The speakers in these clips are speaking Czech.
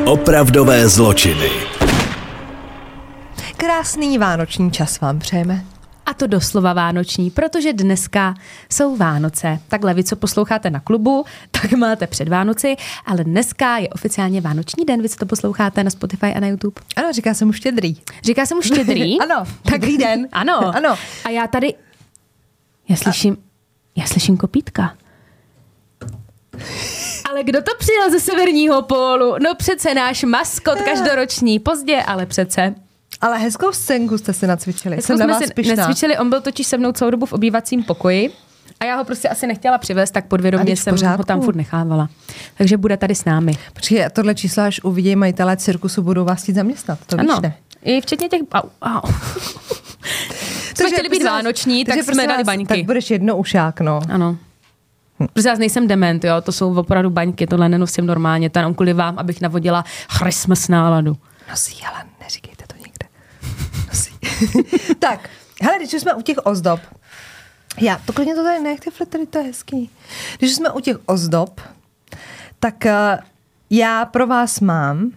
Opravdové zločiny. Krásný vánoční čas vám přejeme. A to doslova vánoční, protože dneska jsou Vánoce. Takhle vy, co posloucháte na klubu, tak máte před Vánoci, ale dneska je oficiálně Vánoční den, vy, co to posloucháte na Spotify a na YouTube. Ano, říká se mu Štědrý. Říká se mu Štědrý? Ano, dobrý den. Ano. Ano. A já tady, já slyším kopítka. Ale kdo to přijel ze severního pólu? No přece náš maskot každoroční, pozdě, ale přece. Ale hezkou scénku jste si nacvičili. Hezkou jsme si necvičili, on byl totiž se mnou celou dobu v obývacím pokoji a já ho prostě asi nechtěla přivést, tak podvědomě jsem ho tam furt nechávala. Takže bude tady s námi. Počkej, tohle číslo, až uvidí majitelé cirkusu, budou vás chtít zaměstnat. To víš, ne? I včetně těch... Jsme chtěli být vánoční, tak jsme dali baňky. Tak budeš jednoušák, no. Ano. Protože já nejsem dement, jo, to jsou opravdu baňky, tohle nenosím normálně, to jenom kvůli vám, abych navodila Christmas náladu. Nosí, ale neříkejte to někde. Nosí. Tak, hele, když jsme u těch ozdob, to klidně to tady nechte flittery, to je hezký. Když jsme u těch ozdob, tak já pro vás mám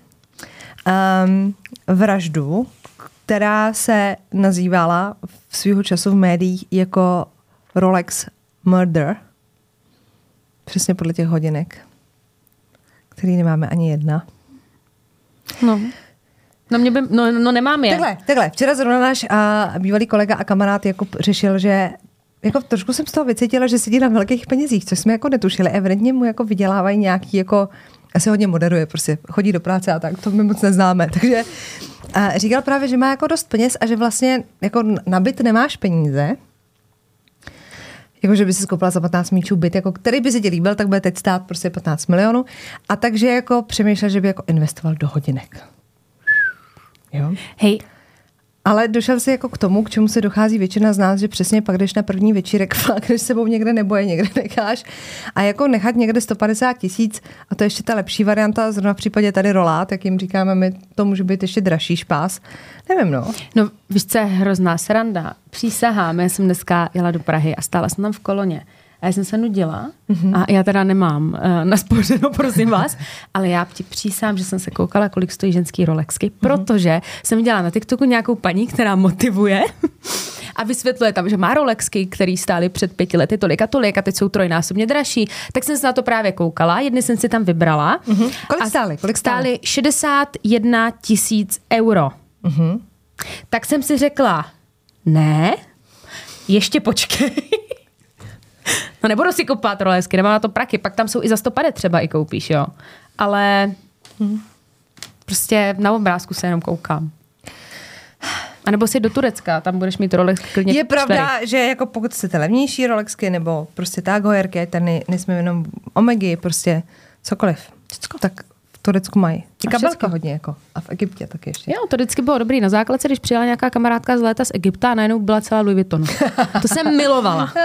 vraždu, která se nazývala v svýho času v médiích jako Rolex Murder. Přesně podle těch hodinek, který nemáme ani jedna. No nemám je. Takhle. Včera zrovna náš bývalý kolega a kamarád Jakub řešil, že jako trošku jsem z toho vycítila, že sedí na velkých penězích, což jsme jako netušili. Evidentně mu jako vydělávají nějaký jako, asi hodně moderuje, prostě chodí do práce a tak, to my moc neznáme. Takže říkal právě, že má jako dost peněz a že vlastně jako na byt nemáš peníze. Jako, že by si koupila za 15 míčů byt, jako, který by si ti líbil, tak bude teď stát prostě 15 milionů. A takže jako přemýšlel, že by jako investoval do hodinek. Jo? Hej. Ale došel si jako k tomu, k čemu se dochází většina z nás, že přesně pak jdeš na první večírek, když s sebou někde neboje, někde necháš. A jako nechat někde 150 000, a to je ještě ta lepší varianta, zrovna v případě tady rolát, jak jim říkáme my, to může být ještě dražší špás. Nevím, no. No, víš, co je hrozná sranda. Přísahám, já jsem dneska jela do Prahy a stála jsem tam v koloně. A já jsem se nudila a já teda nemám naspořeno, prosím vás, ale já ti přísám, že jsem se koukala, kolik stojí ženský Rolexky, protože jsem viděla na TikToku nějakou paní, která motivuje a vysvětluje tam, že má Rolexky, které stály před 5 lety tolik a teď jsou trojnásobně dražší. Tak jsem se na to právě koukala, jedny jsem si tam vybrala. Kolik stály? 61 000 euro. Tak jsem si řekla, ne, ještě počkej. No nebudu si kupovat Rolexky, nemám na to praky, pak tam jsou i za 150 třeba i koupíš, jo. Ale prostě na obrázku se jenom koukám. A nebo si do Turecka, tam budeš mít Rolex klidně 4. Je pravda, že jako pokud chcete levnější Rolexky nebo prostě Tagojerky, tady nejsme jenom Omegy, prostě cokoliv. Tak v Turecku mají. I kabelka hodně jako. A v Egyptě taky ještě. Jo, to vždycky bylo dobrý. Na základce, když přijela nějaká kamarádka z léta z Egypta a najednou byla celá Louis Vuittonu. To jsem milovala.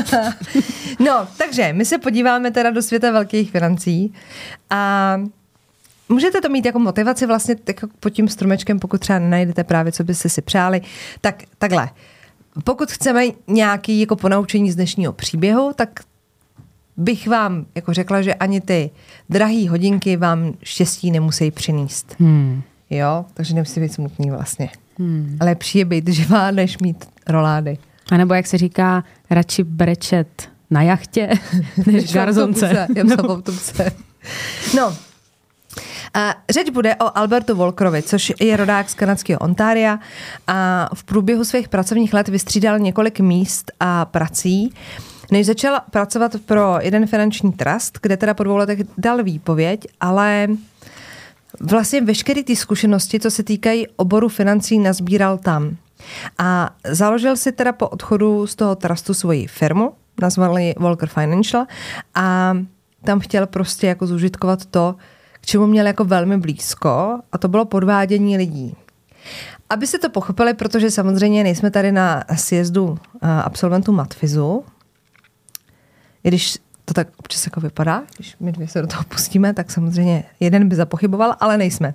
No, takže my se podíváme teda do světa velkých financí a můžete to mít jako motivaci vlastně jako pod tím stromečkem, pokud třeba nenajdete právě, co byste si přáli. Tak takhle. Pokud chceme nějaký jako ponaučení z dnešního příběhu, tak bych vám jako řekla, že ani ty drahý hodinky vám štěstí nemusí přinést. Jo, takže nemusí být smutný vlastně. Lepší je být živá, než mít rolády. A nebo jak se říká, radši brečet na jachtě, než v garzonce. No, řeč bude o Albertu Walkerovi, což je rodák z kanadského Ontaria a v průběhu svých pracovních let vystřídal několik míst a prací, než začal pracovat pro jeden finanční trust, kde teda po 2 letech dal výpověď, ale vlastně veškeré ty zkušenosti, co se týkají oboru financí, nazbíral tam. A založil si teda po odchodu z toho trustu svoji firmu, nazvali Walker Financial a tam chtěl prostě jako zužitkovat to, k čemu měl jako velmi blízko, a to bylo podvádění lidí. Aby se to pochopili, protože samozřejmě nejsme tady na sjezdu absolventů matfizu, i když to tak občas jako vypadá, když my dvě se do toho pustíme, tak samozřejmě jeden by zapochyboval, ale nejsme.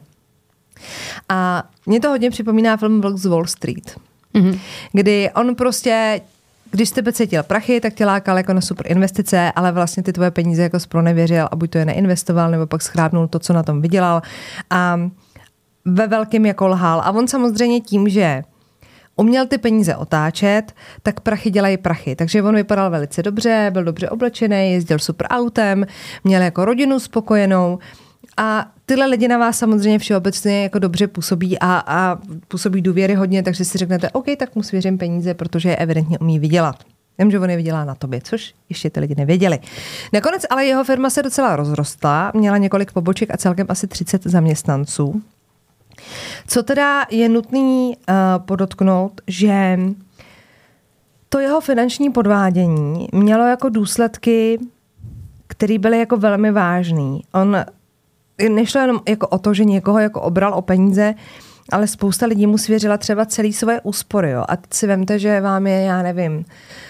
A mě to hodně připomíná film Vlk z Wall Street, kdy on prostě když jste cítil prachy, tak tě lákal jako na super investice, ale vlastně ty tvoje peníze jako zpronevěřil a buď to je neinvestoval, nebo pak schrábnul to, co na tom vydělal a ve velkým jako lhal. A on samozřejmě tím, že uměl ty peníze otáčet, tak prachy dělají prachy. Takže on vypadal velice dobře, byl dobře oblečený, jezdil super autem, měl jako rodinu spokojenou a tyhle lidi na vás samozřejmě všeobecně jako dobře působí a působí důvěryhodně, takže si řeknete, OK, tak mu svěřím peníze, protože je evidentně umí vydělat. Vím, že on je vydělá na tobě, což ještě ty lidi nevěděli. Nakonec ale jeho firma se docela rozrostla, měla několik poboček a celkem asi 30 zaměstnanců. Co teda je nutný podotknout, že to jeho finanční podvádění mělo jako důsledky, které byly jako velmi vážný. On nešlo jenom jako o to, že někoho jako obral o peníze, ale spousta lidí mu svěřila třeba celý svoje úspory. Jo? A teď si vemte, že vám je, já nevím,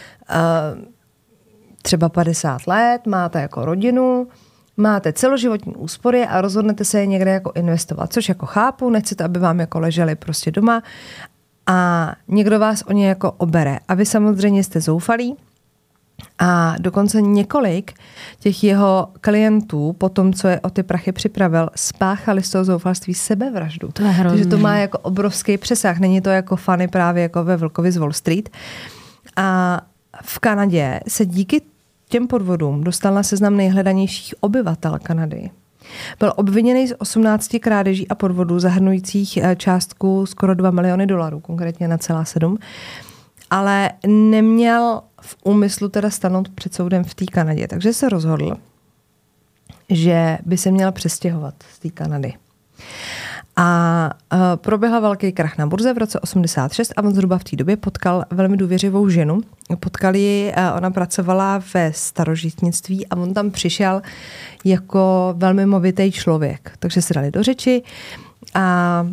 třeba 50 let, máte jako rodinu, máte celoživotní úspory a rozhodnete se je někde jako investovat, což jako chápu, nechcete, aby vám jako leželi prostě doma a někdo vás o ně jako obere. A vy samozřejmě jste zoufalí a dokonce několik těch jeho klientů po tom, co je o ty prachy připravil, spáchali z toho zoufalství sebevraždu. To je hrozný. Takže to má jako obrovský přesah. Není to jako funny právě jako ve Vlkovi z Wall Street. A v Kanadě se díky těm podvodům dostal na seznam nejhledanějších obyvatel Kanady. Byl obviněný z 18 krádeží a podvodů zahrnujících částku skoro $2 miliony, konkrétně na 1,7, ale neměl v úmyslu teda stanout před soudem v té Kanadě. Takže se rozhodl, že by se měl přestěhovat z té Kanady. A proběhl velký krach na burze v roce 86 a on zhruba v té době potkal velmi důvěřivou ženu. Potkal ji, ona pracovala ve starožitnictví a on tam přišel jako velmi movitý člověk. Takže se dali do řeči a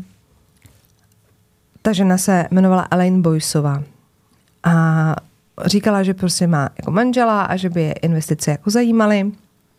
ta žena se jmenovala Elaine Boyceová. A říkala, že prostě má jako manžela a že by je investice jako zajímaly.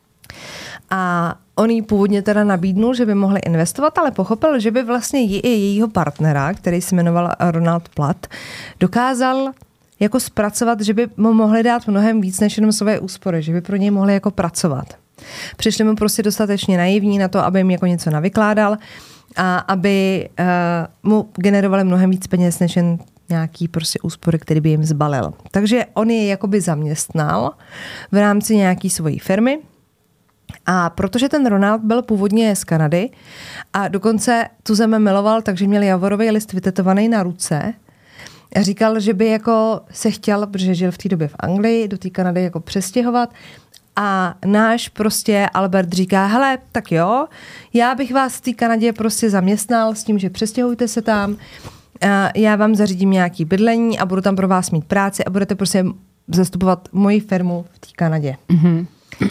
A on jí původně teda nabídnul, že by mohli investovat, ale pochopil, že by vlastně i jejího partnera, který se jmenoval Ronald Platt, dokázal jako zpracovat, že by mu mohli dát mnohem víc než jenom své úspory, že by pro něj mohli jako pracovat. Přišli mu prostě dostatečně naivní na to, aby jim jako něco navykládal a aby mu generovali mnohem víc peněz než jen nějaký prostě úspory, který by jim zbalil. Takže on je jakoby zaměstnal v rámci nějaký svojí firmy. A protože ten Ronald byl původně z Kanady a dokonce tu zemi miloval, takže měl javorový list vytetovaný na ruce a říkal, že by jako se chtěl, protože žil v té době v Anglii, do té Kanady jako přestěhovat. A náš prostě Albert říká, hele, tak jo, já bych vás v té Kanadě prostě zaměstnal s tím, že přestěhujte se tam, já vám zařídím nějaký bydlení a budu tam pro vás mít práci a budete prostě zastupovat moji firmu v té Kanadě. Mm-hmm.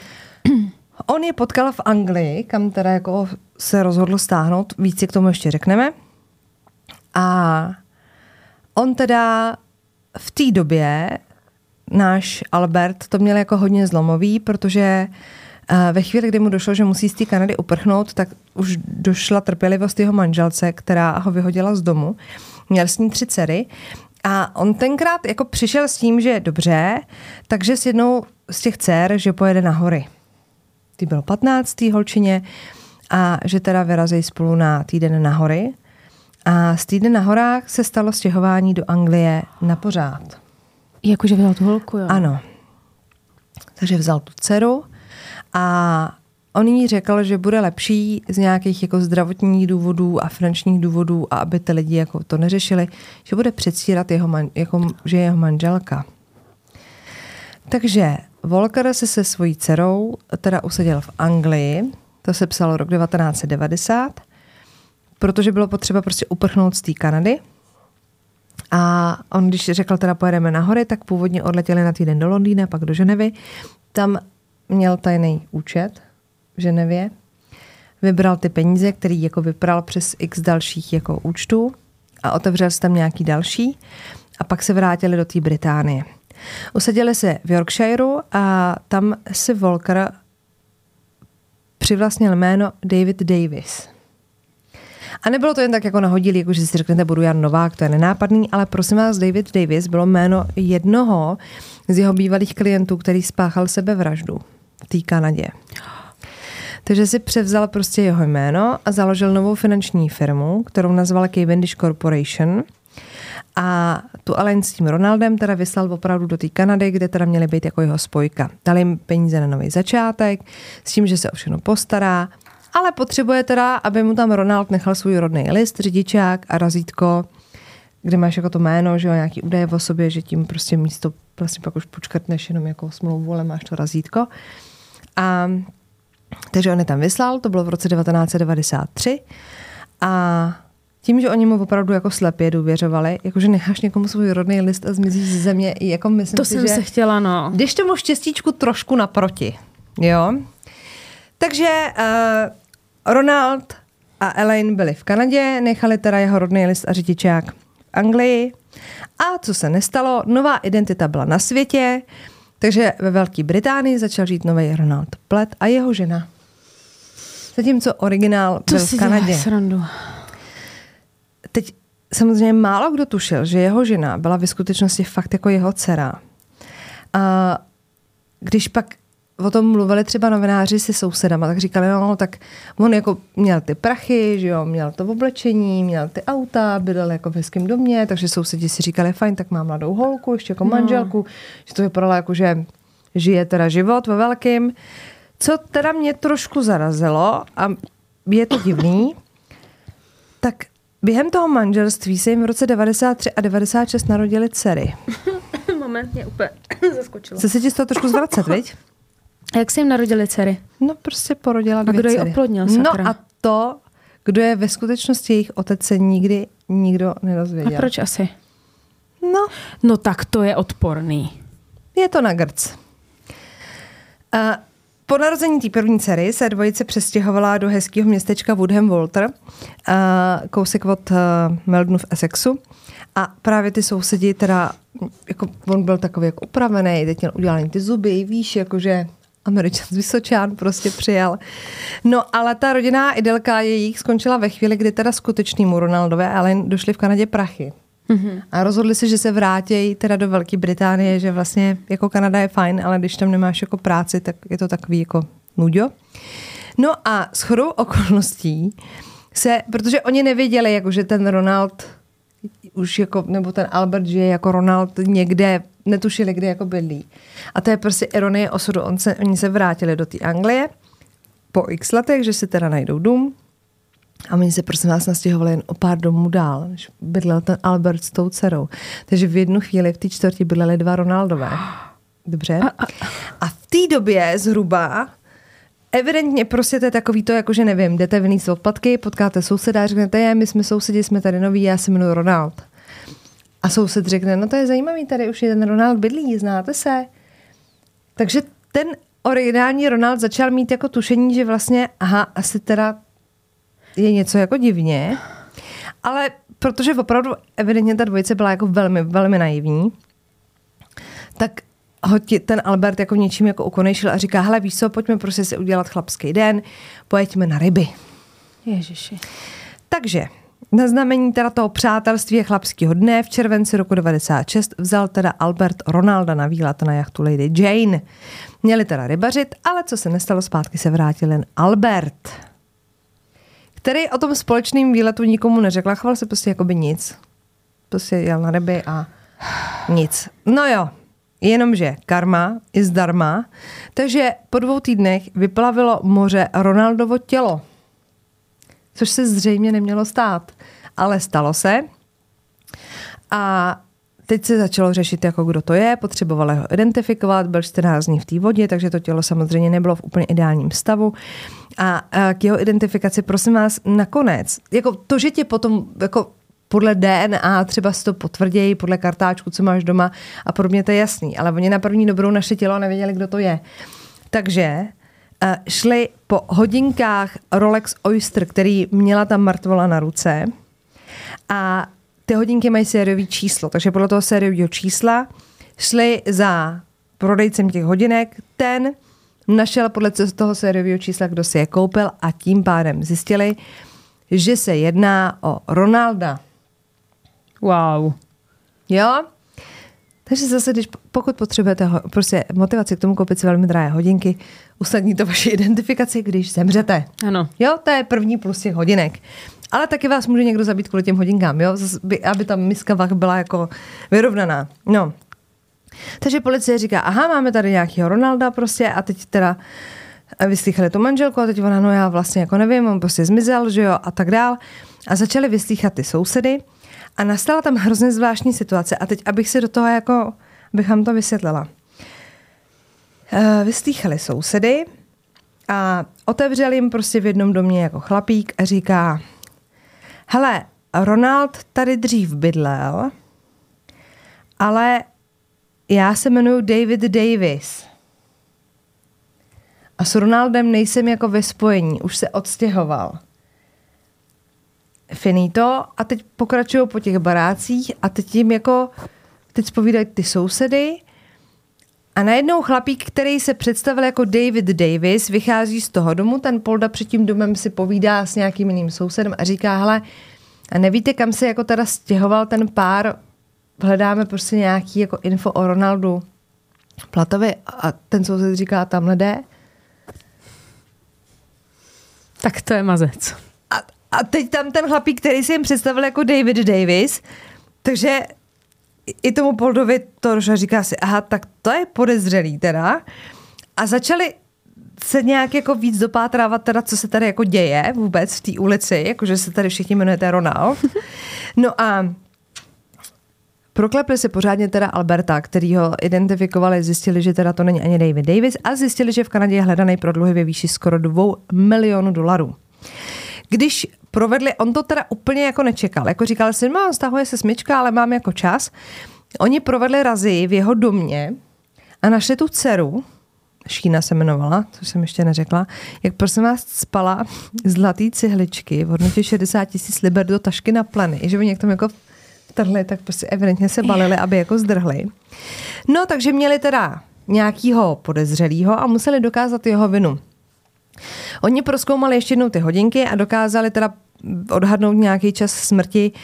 On je potkal v Anglii, kam teda jako se rozhodl stáhnout, víc si k tomu ještě řekneme. A on teda v té době, náš Albert, to měl jako hodně zlomový, protože ve chvíli, kdy mu došlo, že musí z té Kanady uprchnout, tak už došla trpělivost jeho manželce, která ho vyhodila z domu. Měl s ní 3 dcery. A on tenkrát jako přišel s tím, že dobře, takže s jednou z těch dcer, že pojede na hory. Ty bylo 15. holčině a že teda vyrazí spolu na týden na hory. A z týden na horách se stalo stěhování do Anglie na pořád. Jakože vzal tu holku, jo? Ano. Takže vzal tu dceru a on jí řekl, že bude lepší z nějakých jako zdravotních důvodů a finančních důvodů a aby ty lidi jako to neřešili, že bude předstírat že je jeho manželka. Takže Volker se svojí dcerou teda usadil v Anglii, to se psalo rok 1990, protože bylo potřeba prostě uprchnout z té Kanady. A on, když řekl teda pojedeme na hory, tak původně odletěli na týden do Londýna, pak do Ženevy. Tam měl tajný účet v Ženevě. Vybral ty peníze, který jako vypral přes x dalších jako účtů a otevřel si tam nějaký další a pak se vrátili do té Británie. Usadili se v Yorkshireu a tam si Volker přivlastnil jméno David Davis. A nebylo to jen tak jako nahodilý, jako že si řeknete, budu Jan Novák, to je nenápadný, ale prosím vás, David Davis bylo jméno jednoho z jeho bývalých klientů, který spáchal sebevraždu v té Kanadě. Takže si převzal prostě jeho jméno a založil novou finanční firmu, kterou nazval Cavendish Corporation. A tu Elaine s tím Ronaldem teda vyslal opravdu do té Kanady, kde teda měly být jako jeho spojka. Dali jim peníze na nový začátek, s tím, že se o všechno postará, ale potřebuje teda, aby mu tam Ronald nechal svůj rodný list, řidičák a razítko, kde máš jako to jméno, že jo, nějaký údaje o sobě, že tím prostě místo vlastně pak už počkrtneš jenom jako smlouvu, ale máš to razítko. A takže on je tam vyslal, to bylo v roce 1993 a tím, že oni mu opravdu jako slepě důvěřovali, jakože necháš někomu svůj rodný list a zmizíš z země, i jako myslím to si, jsem že se chtěla, no. Jdeš tomu štěstíčku trošku naproti, jo. Takže Ronald a Elaine byli v Kanadě, nechali teda jeho rodný list a řidičák v Anglii. A co se nestalo, nová identita byla na světě, takže ve Velké Británii začal žít nový Ronald Platt a jeho žena. Zatímco originál byl v Kanadě. Teď samozřejmě málo kdo tušil, že jeho žena byla ve skutečnosti fakt jako jeho dcera. A když pak o tom mluvili třeba novináři se sousedama, tak říkali, no, tak on jako měl ty prachy, že jo, měl to oblečení, měl ty auta, bydlel jako v hezkém domě, takže sousedi si říkali, fajn, tak má mladou holku, ještě jako manželku, že to vypadalo jako, že žije teda život ve velkým. Co teda mě trošku zarazilo a je to divný, tak během toho manželství se jim v roce 93 a 96 narodily dcery. Moment, mě úplně zaskočilo. Chce se ti z toho trošku zvracet, viď? A jak se jim narodily dcery? No prostě porodila 2 dcery. A kdo ji oplodnil, sakra? No a to, kdo je ve skutečnosti jejich otec, se nikdy nikdo nedozvěděl. A proč asi? No tak to je odporný. Je to na grc. Po narození té první dcery se dvojice přestěhovala do hezkého městečka Woodham Walter, kousek od Meldonu v Essexu. A právě ty sousedi teda, jako on byl takový jako upravený, teď měl udělaný ty zuby, víš, jakože Američan z Vysočán prostě přijal. No ale ta rodinná idylka jejich skončila ve chvíli, kdy teda skutečnému Ronaldovi a Elaine došly v Kanadě prachy. Mm-hmm. A rozhodli se, že se vrátějí teda do Velké Británie, že vlastně jako Kanada je fajn, ale když tam nemáš jako práci, tak je to takový jako nuďo. No a shodou okolností protože oni nevěděli, jako, že ten Ronald už jako, nebo ten Albert žije jako Ronald někde, netušili, kde jako bydlí. A to je prostě ironie osudu. Oni se vrátili do té Anglie po x letech, že si teda najdou dům. A oni se prosím vás nastěhovali jen o pár domů dál, než bydlel ten Albert s tou dcerou. Takže v jednu chvíli v té čtvrti bydleli 2 Ronaldové. Dobře? A v té době zhruba evidentně prostě to je takový to, jakože nevím, jdete vynést odpadky, potkáte souseda a řeknete, my jsme sousedi, jsme tady noví, já se jmenuji Ronald. A soused řekne, no to je zajímavý, tady už jeden Ronald bydlí, znáte se? Takže ten originální Ronald začal mít jako tušení, že vlastně, asi teda je něco jako divně, ale protože opravdu evidentně ta dvojice byla jako velmi, velmi naivní, tak ho ten Albert jako něčím jako ukonejšil a říká, hele víš co, pojďme prostě si udělat chlapský den, pojeďme na ryby. Ježiši. Takže na znamení teda toho přátelství a chlapského dne v červenci roku 96 vzal teda Albert Ronalda na výlet na jachtu Lady Jane. Měli teda rybařit, ale co se nestalo, zpátky se vrátil jen Albert, který o tom společném výletu nikomu neřekl, choval se prostě jakoby nic. Prostě jel na ryby a nic. No jo, jenomže karma je zdarma, takže po 2 týdnech vyplavilo moře Ronaldovo tělo. Což se zřejmě nemělo stát. Ale stalo se. A teď se začalo řešit, jako kdo to je, potřebovali ho identifikovat, byl 14 dní v té vodě, takže to tělo samozřejmě nebylo v úplně ideálním stavu. A k jeho identifikaci, prosím vás, nakonec, jako to, že tě potom jako podle DNA třeba si to potvrdějí, podle kartáčku, co máš doma a podobně, to je jasný, ale oni na první dobrou našli tělo a nevěděli, kdo to je. Takže šli po hodinkách Rolex Oyster, který měla tam mrtvola na ruce, a ty hodinky mají sériový číslo, takže podle toho sériového čísla šli za prodejcem těch hodinek, ten našel podle toho sériového čísla, kdo si je koupil, a tím pádem zjistili, že se jedná o Ronalda. Wow. Jo? Takže zase, pokud potřebujete prostě motivaci k tomu koupit si velmi drahé hodinky, usnadní to vaši identifikaci, když zemřete. Ano. Jo, to je první plus těch hodinek. Ale taky vás může někdo zabít kvůli těm hodinkám, jo? Aby ta miska vah byla jako vyrovnaná. No. Takže policie říká, aha, máme tady nějakýho Ronalda prostě a teď teda vyslýchali tu manželku a teď ona, no já vlastně jako nevím, on prostě zmizel, že jo, a tak dál. A začali vyslýchat ty sousedy a nastala tam hrozně zvláštní situace a teď, abych si do toho jako, bych vám to vysvětlila. Vyslýchali sousedy a otevřel jim prostě v jednom domě jako chlapík a říká, hele, Ronald tady dřív bydlel, ale já se jmenuji David Davis. A s Ronaldem nejsem jako ve spojení, už se odstěhoval. Finito. A teď pokračují po těch barácích a teď jim jako, teď zpovídají ty sousedy a najednou chlapík, který se představil jako David Davis, vychází z toho domu, ten Polda před tím domem si povídá s nějakým jiným sousedem a říká, hele, a nevíte, kam se jako teda stěhoval ten pár, hledáme prostě nějaký jako info o Ronaldu Platovi a ten soused říká, tamhle jde. Tak to je mazec. A teď tam ten chlapík, který si jim představil jako David Davis, takže i tomu Poldovi to říká si, aha, tak to je podezřelý teda. A začali se nějak jako víc dopátrávat teda, co se tady jako děje vůbec v té ulici, jakože se tady všichni jmenujete Ronald. No a proklepli si pořádně teda Alberta, který ho identifikovali, zjistili, že teda to není ani David Davis a zjistili, že v Kanadě je hledaný pro dluhy ve výši skoro $2 milionů. Když provedli, on to teda úplně jako nečekal, jako říkal si, no, stahuje se smyčka, ale mám jako čas. Oni provedli razy v jeho domě a našli tu dceru, Šína se jmenovala, co jsem ještě neřekla, jak prosím vás spala zlatý cihličky v hodnotě 60 000 liber do tašky na pleny, že by někdo jako vtrhli, tak prostě evidentně se balili, aby jako zdrhli. No, takže měli teda nějakýho podezřelýho a museli dokázat jeho vinu. Oni prozkoumali ještě jednou ty hodinky a dokázali teda odhadnout nějaký čas smrti,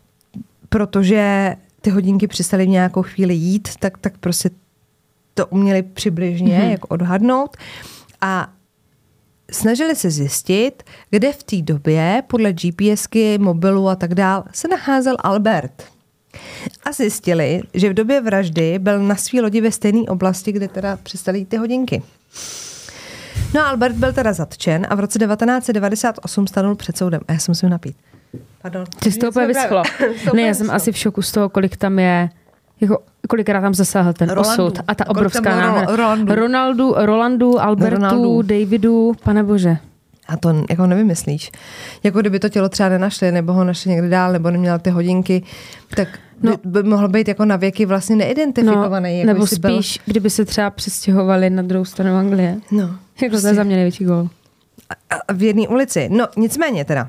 protože ty hodinky přestaly v nějakou chvíli jít, tak prostě to uměli přibližně jako odhadnout a snažili se zjistit, kde v té době podle GPSky, mobilu a tak dál se nacházel Albert. A zjistili, že v době vraždy byl na svý lodi ve stejné oblasti, kde teda přestaly jít ty hodinky. No a Albert byl teda zatčen a v roce 1998 stanul před soudem. A já se musím napít. Pardon. Ty jsi to úplně vyschlo. Ne, já jsem asi v šoku z toho, kolik tam je, jako, kolikrát tam zasáhl ten osud a ta obrovská náhra. Rolandu, Albertu, Davidu, pane bože. A to jako nevymyslíš. Jako kdyby to tělo třeba nenašli, nebo ho našli někde dál, nebo neměl ty hodinky, tak by mohl být jako na věky vlastně neidentifikovaný. Jako nebo spíš, kdyby se třeba přestěhovali na druhou stranu Anglie. No. Jako prostě. to je za mě největší gól. A v jedné ulici. No, nicméně teda.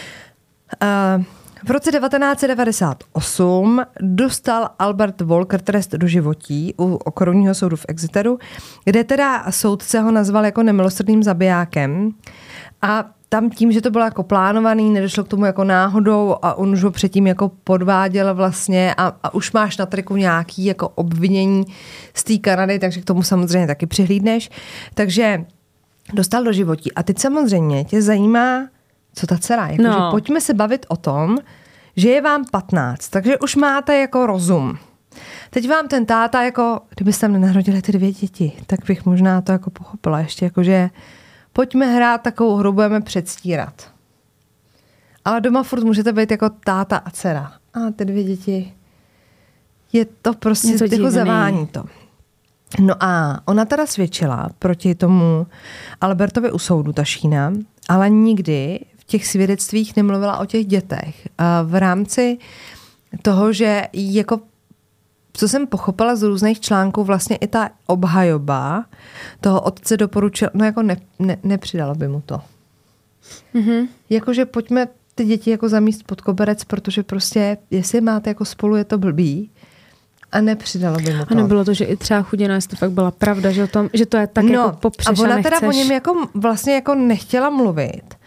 V roce 1998 dostal Albert Walker trest doživotí u okrouhního soudu v Exeteru, kde teda soudce ho nazval jako nemilosrdným zabijákem a tam tím, že to bylo jako plánovaný, nedošlo k tomu jako náhodou a on už ho předtím jako podváděl vlastně a už máš na triku nějaký jako obvinění z té Kanady, takže k tomu samozřejmě taky přihlídneš. Takže dostal doživotí. A teď samozřejmě tě zajímá, co ta dcera. Jakože pojďme se bavit o tom, že je vám 15, takže už máte jako rozum. Teď vám ten táta jako, kdybyste tam nenarodili ty 2 děti, tak bych možná to jako pochopila ještě, jakože pojďme hrát takovou hru, budeme předstírat. Ale doma furt můžete být jako táta a dcera. A ty 2 děti, je to prostě jako zavání to. No a ona teda svědčila proti tomu Albertovi u soudu, ta Šína, ale nikdy v těch svědectvích nemluvila o těch dětech. A v rámci toho, že jako, co jsem pochopila z různých článků, vlastně i ta obhajoba toho otce doporučila, no jako nepřidalo by mu to. Mm-hmm. Jakože pojďme ty děti jako zamíst pod koberec, protože prostě, jestli máte jako spolu, je to blbý. A nepřidalo by mu to. A nebylo to, že i třeba chudina, jestli to fakt byla pravda, že to je tak jako popřeš a ona nechceš. teda o něm jako vlastně jako nechtěla mluvit.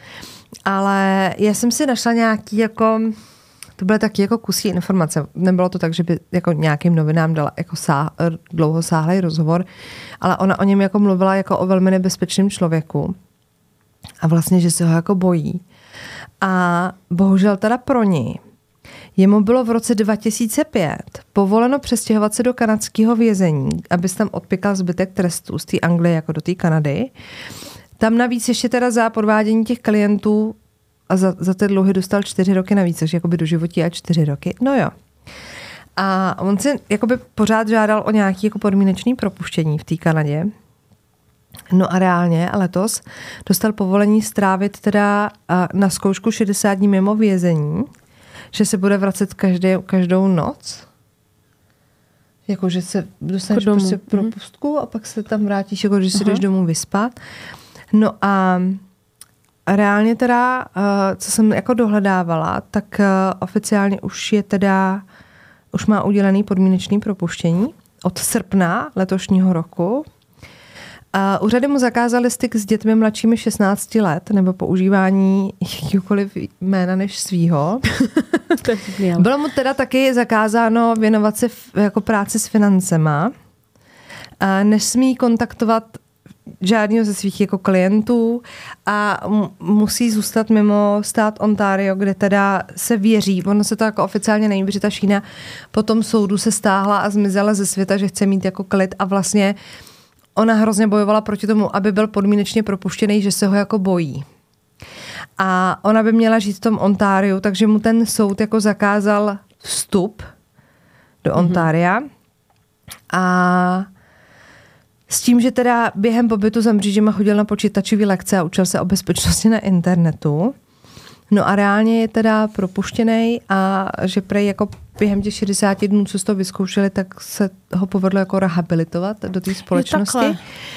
Ale já jsem si našla nějaký jako, to byly taky jako kusí informace. Nebylo to tak, že by jako nějakým novinám dala jako dlouhosáhlý rozhovor, ale ona o něm jako mluvila jako o velmi nebezpečném člověku. A vlastně, že se ho jako bojí. A bohužel teda pro ní. Jemu bylo v roce 2005 povoleno přestěhovat se do kanadského vězení, aby se tam odpykal zbytek trestů z té Anglie jako do té Kanady. Tam navíc ještě teda za podvádění těch klientů a za ty dluhy dostal 4 roky navíc, takže jakoby do životí a 4 roky. No jo. A on si jakoby pořád žádal o nějaké jako podmínečné propuštění v té Kanadě. No a reálně letos dostal povolení strávit teda na zkoušku 60 dní mimo vězení, že se bude vracet každou noc. Jakože se dostaneš prostě propustku a pak se tam vrátíš, jako že si jdeš domů vyspat. No a reálně teda, co jsem jako dohledávala, tak oficiálně už má udělený podmínečný propuštění od srpna letošního roku. Úřady mu zakázaly styk s dětmi mladšími 16 let nebo používání jakýkoliv jména než svýho. Bylo mu teda taky zakázáno věnovat se jako práci s financema. Nesmí kontaktovat žádného ze svých jako klientů a musí zůstat mimo stát Ontario, kde teda se věří, ono se to jako oficiálně neví, protože ta Šína po tom soudu se stáhla a zmizela ze světa, že chce mít jako klid a vlastně ona hrozně bojovala proti tomu, aby byl podmínečně propuštěný, že se ho jako bojí. A ona by měla žít v tom Ontáriu, takže mu ten soud jako zakázal vstup do Ontária. A s tím, že teda během pobytu za mřížema chodil na počítačové lekce a učil se o bezpečnosti na internetu. No a reálně je teda propuštěnej a že prej jako během těch 60 dnů, co z toho vyzkoušeli, tak se ho povedlo jako rehabilitovat do té společnosti.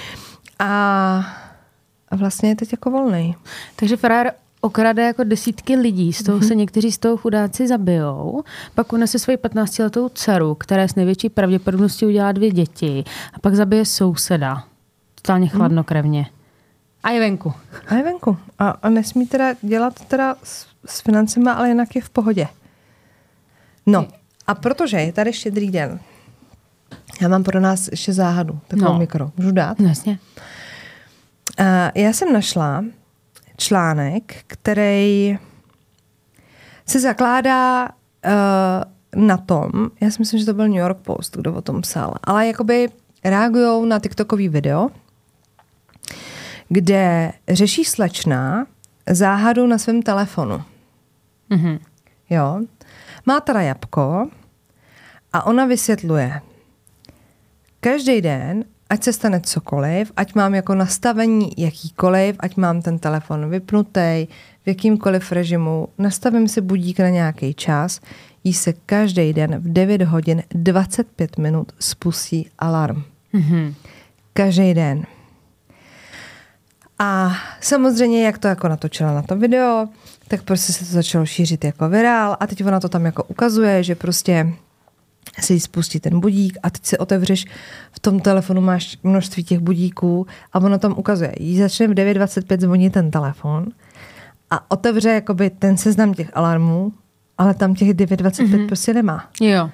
A vlastně je teď jako volnej. Takže frajer okrade jako desítky lidí, z toho se někteří z toho chudáci zabijou, pak unese svoji 15letou dceru, která s největší pravděpodobností udělá 2 děti a pak zabije souseda. Totálně chladnokrevně. A je venku. A nesmí teda dělat teda s financema, ale jinak je v pohodě. No, a protože je tady Štědrý den, já mám pro nás ještě záhadu, takovou mikro. Můžu dát? No, jasně. Já jsem našla článek, který se zakládá na tom, já si myslím, že to byl New York Post, kdo o tom psal, ale jakoby reagujou na TikTokový video, kde řeší slečna záhadu na svém telefonu. Mm-hmm. Jo. Má teda jabko a ona vysvětluje. Každý den, ať se stane cokoliv, ať mám jako nastavení jakýkoliv, ať mám ten telefon vypnutý, v jakýmkoliv režimu, nastavím si budík na nějaký čas, jí se každý den v 9 hodin 25 minut spustí alarm. Mm-hmm. Každý den. A samozřejmě, jak to jako natočila na to video, tak prostě se to začalo šířit jako virál a teď ona to tam jako ukazuje, že prostě se jí spustí ten budík a teď si otevřeš, v tom telefonu máš množství těch budíků a ono tam ukazuje. Jí začne v 9:25 zvonit ten telefon a otevře jakoby ten seznam těch alarmů, ale tam těch 9:25 prostě nemá. Jo.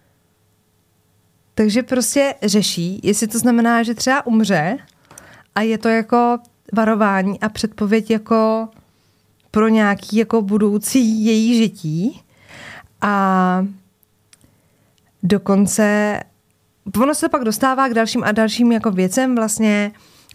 Takže prostě řeší, jestli to znamená, že třeba umře a je to jako varování a předpověď jako pro nějaký jako budoucí její žití. A dokonce ono se pak dostává k dalším a dalším jako věcem vlastně.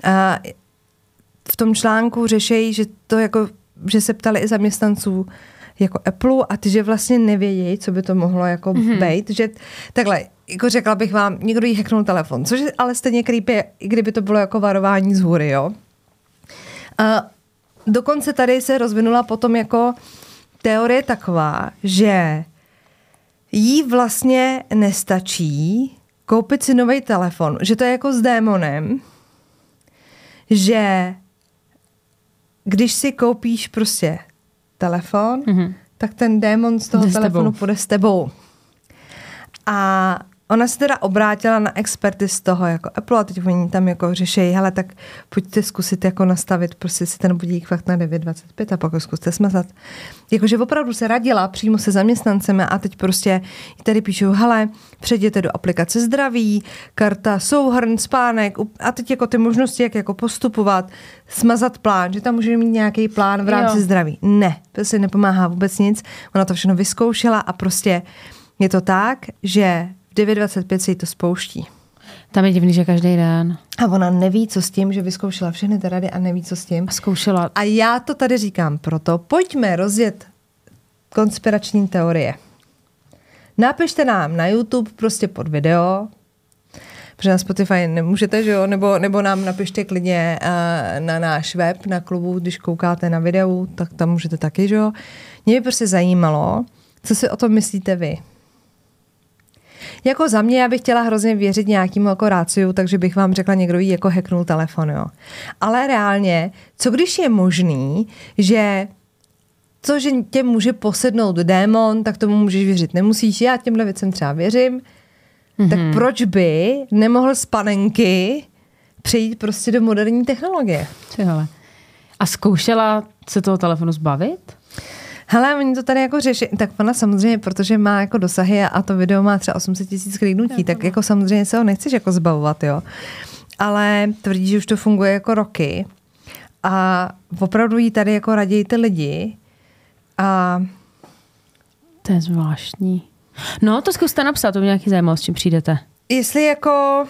V tom článku řešejí, že to jako, že se ptali i zaměstnanců jako Apple a ty, že vlastně nevědějí, co by to mohlo jako být, že takhle, jako řekla bych vám, někdo jí hacknul telefon, což je ale stejně creepy, i kdyby to bylo jako varování z hůry, jo. A dokonce tady se rozvinula potom jako teorie taková, že jí vlastně nestačí koupit si nový telefon, že to je jako s démonem, že když si koupíš prostě telefon, tak ten démon z toho telefonu půjde s tebou. A ona se teda obrátila na experty z toho jako Apple a teď oni tam jako řešejí, hele, tak pojďte zkusit jako nastavit prostě si ten budík fakt na 9:25 a pak ho zkuste smazat. Jakože opravdu se radila přímo se zaměstnancemi a teď prostě tady píšou, hele, přejděte do aplikace zdraví, karta souhrn, spánek a teď jako ty možnosti, jak jako postupovat, smazat plán, že tam může mít nějaký plán v rámci zdraví. Ne, to si nepomáhá vůbec nic. Ona to všechno vyzkoušela a prostě je to tak, že v 9:25 se jí to spouští. Tam je divný, že každý den. A ona neví, co s tím, že vyzkoušela všechny ty rady a neví, co s tím. A zkoušela. A já to tady říkám proto, pojďme rozjet konspirační teorie. Napište nám na YouTube prostě pod video, protože na Spotify nemůžete, že jo? Nebo nám napište klidně na náš web, na klubu, když koukáte na videu, tak tam můžete taky, že jo? Mě by prostě zajímalo, co si o tom myslíte vy. Jako za mě, já bych chtěla hrozně věřit nějakému jako ráciu, takže bych vám řekla, někdo jí jako hacknul telefon, jo. Ale reálně, co když je možný, že to, že tě může posednout démon, tak tomu můžeš věřit. Nemusíš, já těmhle věcem třeba věřím, tak proč by nemohl z panenky přejít prostě do moderní technologie? Tyhle. A zkoušela se toho telefonu zbavit? Hele, oni to tady jako řeší, tak ona samozřejmě, protože má jako dosahy a to video má třeba 800 000 kliknutí, tak jako samozřejmě se ho nechceš jako zbavovat, jo. Ale tvrdí, že už to funguje jako roky a opravdu jí tady jako raději ty lidi a... To je zvláštní. No, to zkuste napsat, to mě nějaký zajímalo, s čím přijdete. Jestli jako...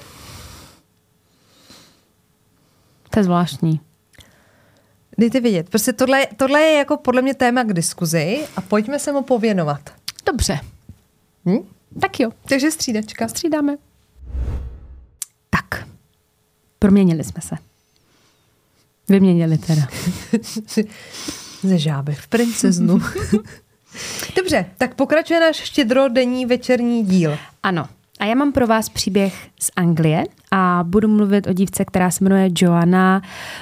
To je zvláštní. Dejte vědět. Prostě tohle je jako podle mě téma k diskuzi a pojďme se mu pověnovat. Dobře. Tak jo. Takže střídačka. Střídáme. Tak. Proměnili jsme se. Vyměnili teda. Ze žáby v princeznu. Dobře, tak pokračuje náš štědrodenní večerní díl. Ano. A já mám pro vás příběh z Anglie a budu mluvit o dívce, která se jmenuje Joanna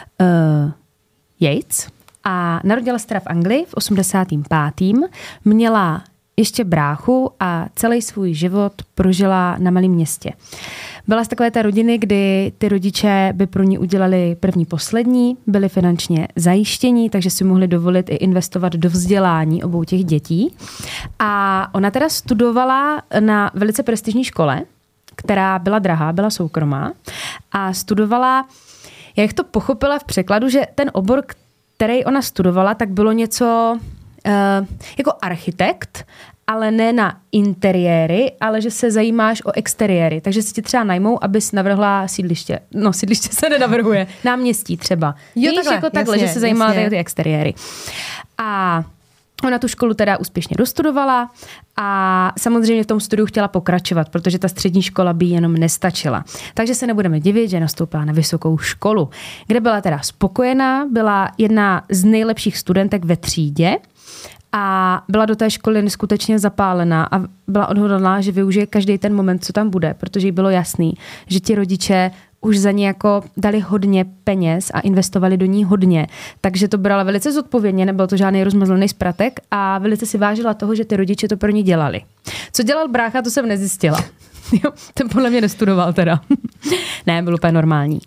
Yates a narodila se teda v Anglii v 85. Měla ještě bráchu a celý svůj život prožila na malém městě. Byla z takové té rodiny, kdy ty rodiče by pro ní udělali první poslední, byli finančně zajištění, takže si mohli dovolit i investovat do vzdělání obou těch dětí. A ona teda studovala na velice prestižní škole, která byla drahá, byla soukromá a studovala, jak to pochopila v překladu, že ten obor, který ona studovala, tak bylo něco jako architekt, ale ne na interiéry, ale že se zajímáš o exteriéry. Takže si ti třeba najmou, abys navrhla sídliště. No, sídliště se nenavrhuje. Náměstí třeba. Jo, víš, jako takhle, jasně, že se zajímala o ty exteriéry. A ona tu školu teda úspěšně dostudovala a samozřejmě v tom studiu chtěla pokračovat, protože ta střední škola by jenom nestačila. Takže se nebudeme divit, že nastoupila na vysokou školu, kde byla teda spokojená, byla jedna z nejlepších studentek ve třídě a byla do té školy neskutečně zapálená a byla odhodlaná, že využije každý ten moment, co tam bude, protože jí bylo jasný, že ti rodiče už za ní jako dali hodně peněz a investovali do ní hodně. Takže to brala velice zodpovědně, nebyl to žádný rozmazlený spratek a velice si vážila toho, že ty rodiče to pro ní dělali. Co dělal brácha, to jsem nezjistila. Jo, ten podle mě nestudoval teda. Ne, byl úplně normální.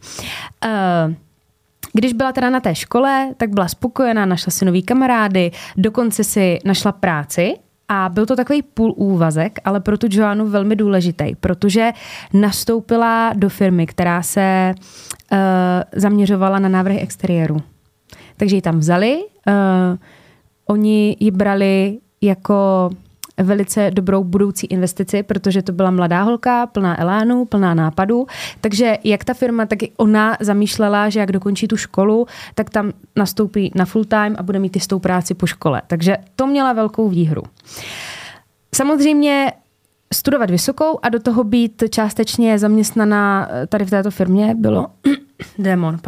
Když byla teda na té škole, tak byla spokojená, našla si nový kamarády, dokonce si našla práci a byl to takový půl úvazek, ale pro tu Joannu velmi důležitý, protože nastoupila do firmy, která se zaměřovala na návrhy exteriéru. Takže ji tam vzali, oni ji brali jako velice dobrou budoucí investici, protože to byla mladá holka, plná elánu, plná nápadů. Takže jak ta firma, tak i ona zamýšlela, že jak dokončí tu školu, tak tam nastoupí na full time a bude mít jistou práci po škole. Takže to měla velkou výhru. Samozřejmě studovat vysokou a do toho být částečně zaměstnaná tady v této firmě bylo Démon.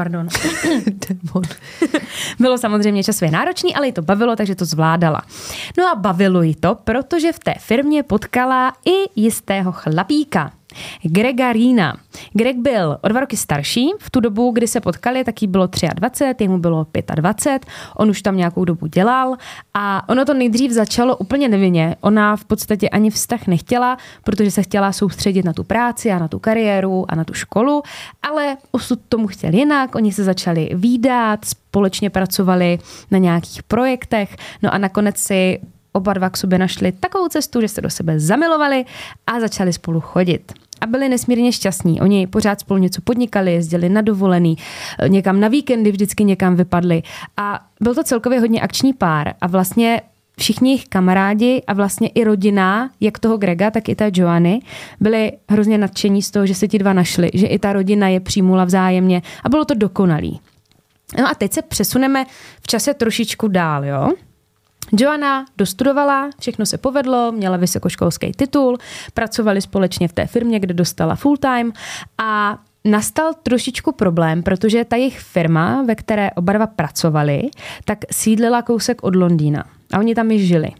Bylo samozřejmě časově náročný, ale jí to bavilo, takže to zvládala. No a bavilo jí to, protože v té firmě potkala i jistého chlapíka. Grega Reena. Greg byl o 2 roky starší. V tu dobu, kdy se potkali, tak jí bylo 23, jemu bylo 25. On už tam nějakou dobu dělal a ono to nejdřív začalo úplně nevinně. Ona v podstatě ani vztah nechtěla, protože se chtěla soustředit na tu práci a na tu kariéru a na tu školu, ale osud tomu chtěl jinak. Oni se začali vídat, společně pracovali na nějakých projektech, no a nakonec si oba dva k sobě našli takovou cestu, že se do sebe zamilovali a začali spolu chodit. A byli nesmírně šťastní. Oni pořád spolu něco podnikali, jezdili na dovolený, někam na víkendy vždycky někam vypadli. A byl to celkově hodně akční pár. A vlastně všichni jejich kamarádi a vlastně i rodina, jak toho Grega, tak i té Joanny, byli hrozně nadšení z toho, že se ti dva našli, že i ta rodina je přijmula vzájemně a bylo to dokonalý. No a teď se přesuneme v čase trošičku dál, jo? Joanna dostudovala, všechno se povedlo, měla vysokoškolský titul, pracovali společně v té firmě, kde dostala full time a nastal trošičku problém, protože ta jejich firma, ve které oba dva pracovali, tak sídlila kousek od Londýna a oni tam již žili.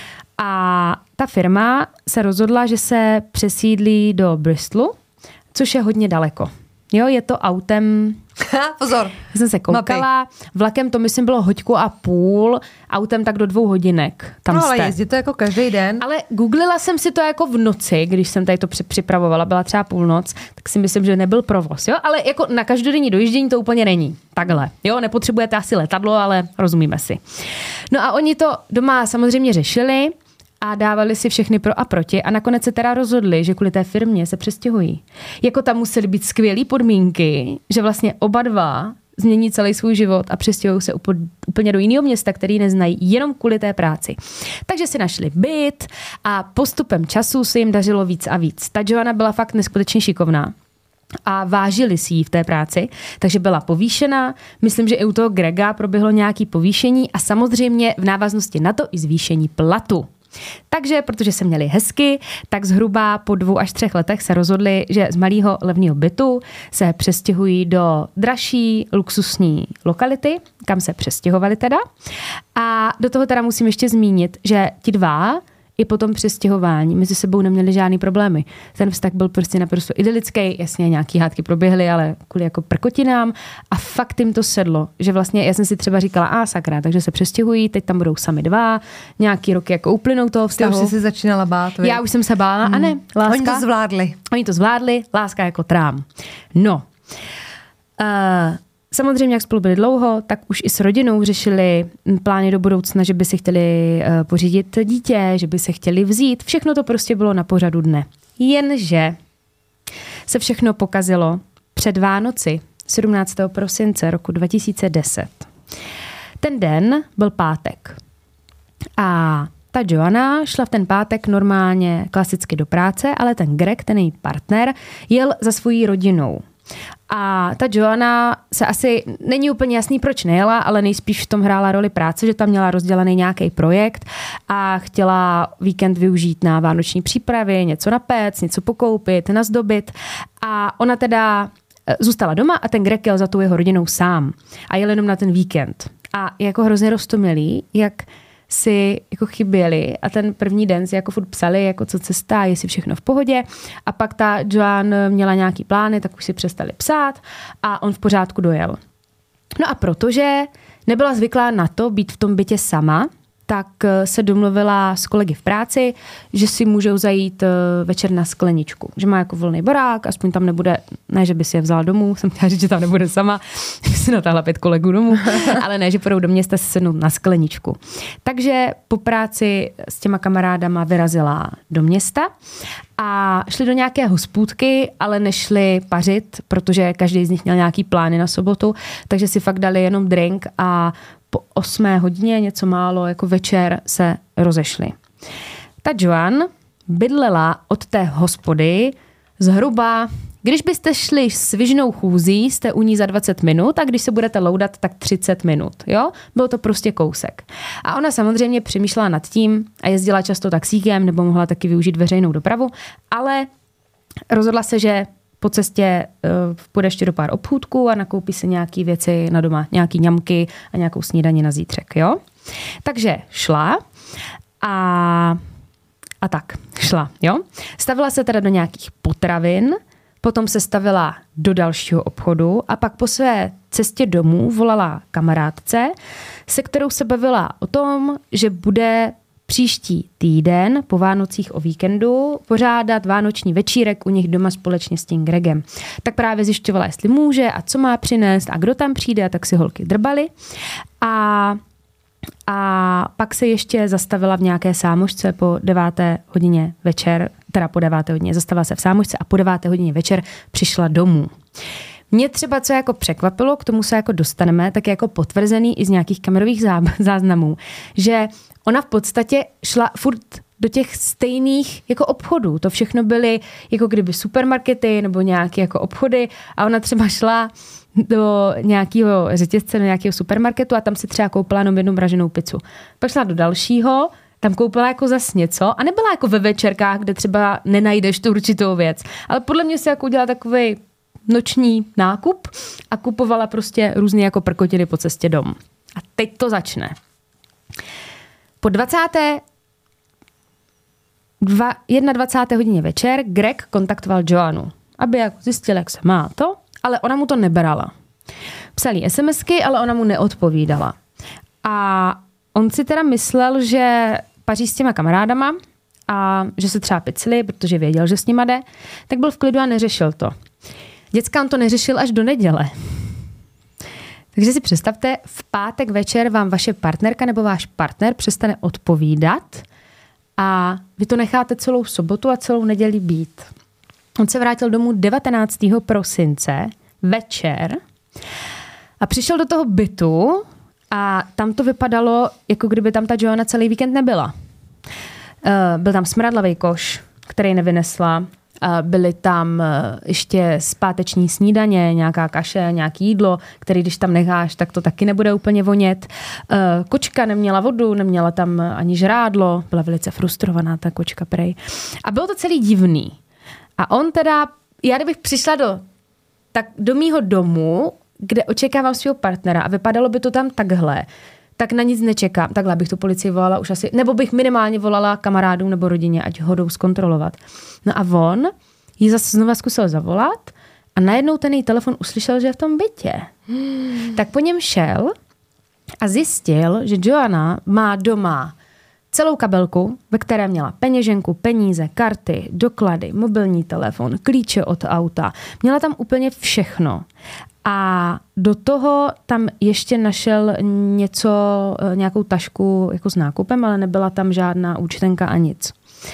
A ta firma se rozhodla, že se přesídlí do Bristolu, což je hodně daleko. Jo, je to autem... Pozor. Já jsem se koukala, vlakem to myslím bylo 1.5 hodiny, autem tak do 2 hodinek. Tam no jste. ale jezdí to jako každý den. Ale googlila jsem si to jako v noci, když jsem tady to připravovala, byla třeba půlnoc, tak si myslím, že nebyl provoz. Jo? Ale jako na každodenní dojíždění to úplně není. Takhle. Jo, nepotřebujete asi letadlo, ale rozumíme si. No a oni to doma samozřejmě řešili a dávali si všechny pro a proti a nakonec se teda rozhodli, že kvůli té firmě se přestěhují. Jako tam musely být skvělý podmínky, že vlastně oba dva změní celý svůj život a přestěhují se úplně do jiného města, který neznají, jenom kvůli té práci. Takže si našli byt a postupem času se jim dařilo víc a víc. Ta Joanna byla fakt neskutečně šikovná a vážili si ji v té práci, takže byla povýšená. Myslím, že i u toho Grega proběhlo nějaké povýšení a samozřejmě v návaznosti na to i zvýšení platu. Takže, protože se měli hezky, tak zhruba po 2 až 3 letech se rozhodli, že z malého levného bytu se přestěhují do dražší luxusní lokality, kam se přestěhovali teda. A do toho teda musím ještě zmínit, že ti dva i po tom přestěhování mezi sebou neměli žádný problémy. Ten vztah byl prostě naprosto idylický, jasně nějaký hádky proběhly, ale kvůli jako prkotinám a fakt jim to sedlo, že vlastně já jsem si třeba říkala, sakra, takže se přestěhují, teď tam budou sami dva, nějaký roky jako uplynou toho vztahu. Ty už jsi se začínala bát. Já už jsem se bála a ne, láska. Oni to zvládli, láska jako trám. No, samozřejmě, jak spolu byli dlouho, tak už i s rodinou řešili plány do budoucna, že by si chtěli pořídit dítě, že by se chtěli vzít. Všechno to prostě bylo na pořadu dne. Jenže se všechno pokazilo před Vánoci 17. prosince roku 2010. Ten den byl pátek. A ta Joanna šla v ten pátek normálně klasicky do práce, ale ten Greg, ten její partner, jel za svojí rodinou. A ta Joanna se asi, není úplně jasný, proč nejela, ale nejspíš v tom hrála roli práce, že tam měla rozdělaný nějaký projekt a chtěla víkend využít na vánoční přípravy, něco napéct, něco pokoupit, nazdobit. A ona teda zůstala doma a ten Greg jel za tou jeho rodinou sám a jel jenom na ten víkend. A jako hrozně roztomilý, jak si jako chyběli a ten první den si jako furt psali, jako co cesta, jestli všechno v pohodě a pak ta Joan měla nějaký plány, tak už si přestali psát a on v pořádku dojel. No a protože nebyla zvyklá na to být v tom bytě sama, tak se domluvila s kolegy v práci, že si můžou zajít večer na skleničku. Že má jako volný barák, aspoň tam nebude, ne, že by si je vzala domů, jsem chtěla říct, že tam nebude sama, si natáhla 5 kolegů domů, ale ne, že půjdou do města si sednout na skleničku. Takže po práci s těma kamarádama vyrazila do města a šli do nějaké hospůdky, ale nešli pařit, protože každý z nich měl nějaký plány na sobotu, takže si fakt dali jenom drink a po 8 hodině, něco málo, jako večer se rozešli. Ta Joan bydlela od té hospody zhruba, když byste šli svižnou chůzí, jste u ní za 20 minut a když se budete loudat, tak 30 minut. Jo? Byl to prostě kousek. A ona samozřejmě přemýšlela nad tím a jezdila často taxíkem nebo mohla taky využít veřejnou dopravu, ale rozhodla se, že po cestě půjde ještě do pár obchůdků a nakoupí si nějaké věci na doma, nějaký ňamky a nějakou snídani na zítřek, jo? Takže šla a a tak šla, jo. Stavila se teda do nějakých potravin, potom se stavila do dalšího obchodu a pak po své cestě domů volala kamarádce, se kterou se bavila o tom, že bude příští týden po Vánocích o víkendu pořádat vánoční večírek u nich doma společně s tím Gregem. Tak právě zjišťovala, jestli může a co má přinést a kdo tam přijde, a tak si holky drbaly. A pak se ještě zastavila v nějaké sámošce po 9. hodině večer, teda po 9. hodině zastavila se v sámošce a po 9. hodině večer přišla domů. Mě třeba, co jako překvapilo, k tomu se jako dostaneme, tak je jako potvrzený i z nějakých kamerových záznamů, že ona v podstatě šla furt do těch stejných jako obchodů. To všechno byly jako kdyby supermarkety nebo nějaké jako obchody a ona třeba šla do nějakého řetězce, do nějakého supermarketu a tam si třeba koupila jenom jednu mraženou pizzu. Pak šla do dalšího, tam koupila jako zas něco a nebyla jako ve večerkách, kde třeba nenajdeš tu určitou věc. Ale podle mě si jako udělala takovej noční nákup a kupovala prostě různé jako prkotiny po cestě domů. A teď to začne. Po 21. hodině večer Greg kontaktoval Joannu, aby jako zjistil, jak se má to, ale ona mu to nebrala. Psal jí SMSky, ale ona mu neodpovídala. A on si teda myslel, že paří s těma kamarádama a že se třeba picli, protože věděl, že s nima jde, tak byl v klidu a neřešil to. Děcka, on to neřešil až do neděle. Takže si představte, v pátek večer vám vaše partnerka nebo váš partner přestane odpovídat a vy to necháte celou sobotu a celou neděli být. On se vrátil domů 19. prosince večer a přišel do toho bytu a tam to vypadalo, jako kdyby tam ta Joanna celý víkend nebyla. Byl tam smradlavý koš, který nevynesla. Byly tam ještě zpáteční snídaně, nějaká kaše, nějaké jídlo, který když tam necháš, tak to taky nebude úplně vonět. Kočka neměla vodu, neměla tam ani žrádlo, byla velice frustrovaná ta kočka prej. A bylo to celý divný. A on teda, já kdybych přišla do mýho domu, kde očekávám svého partnera a vypadalo by to tam takhle, tak na nic nečekám. Takhle bych tu policii volala už asi, nebo bych minimálně volala kamarádům nebo rodině, ať ho jdou zkontrolovat. No a on ji zase znova zkusil zavolat a najednou ten její telefon uslyšel, že je v tom bytě. Tak po něm šel a zjistil, že Joanna má doma celou kabelku, ve které měla peněženku, peníze, karty, doklady, mobilní telefon, klíče od auta. Měla tam úplně všechno. A do toho tam ještě našel nějakou tašku jako s nákupem, ale nebyla tam žádná účtenka a nic.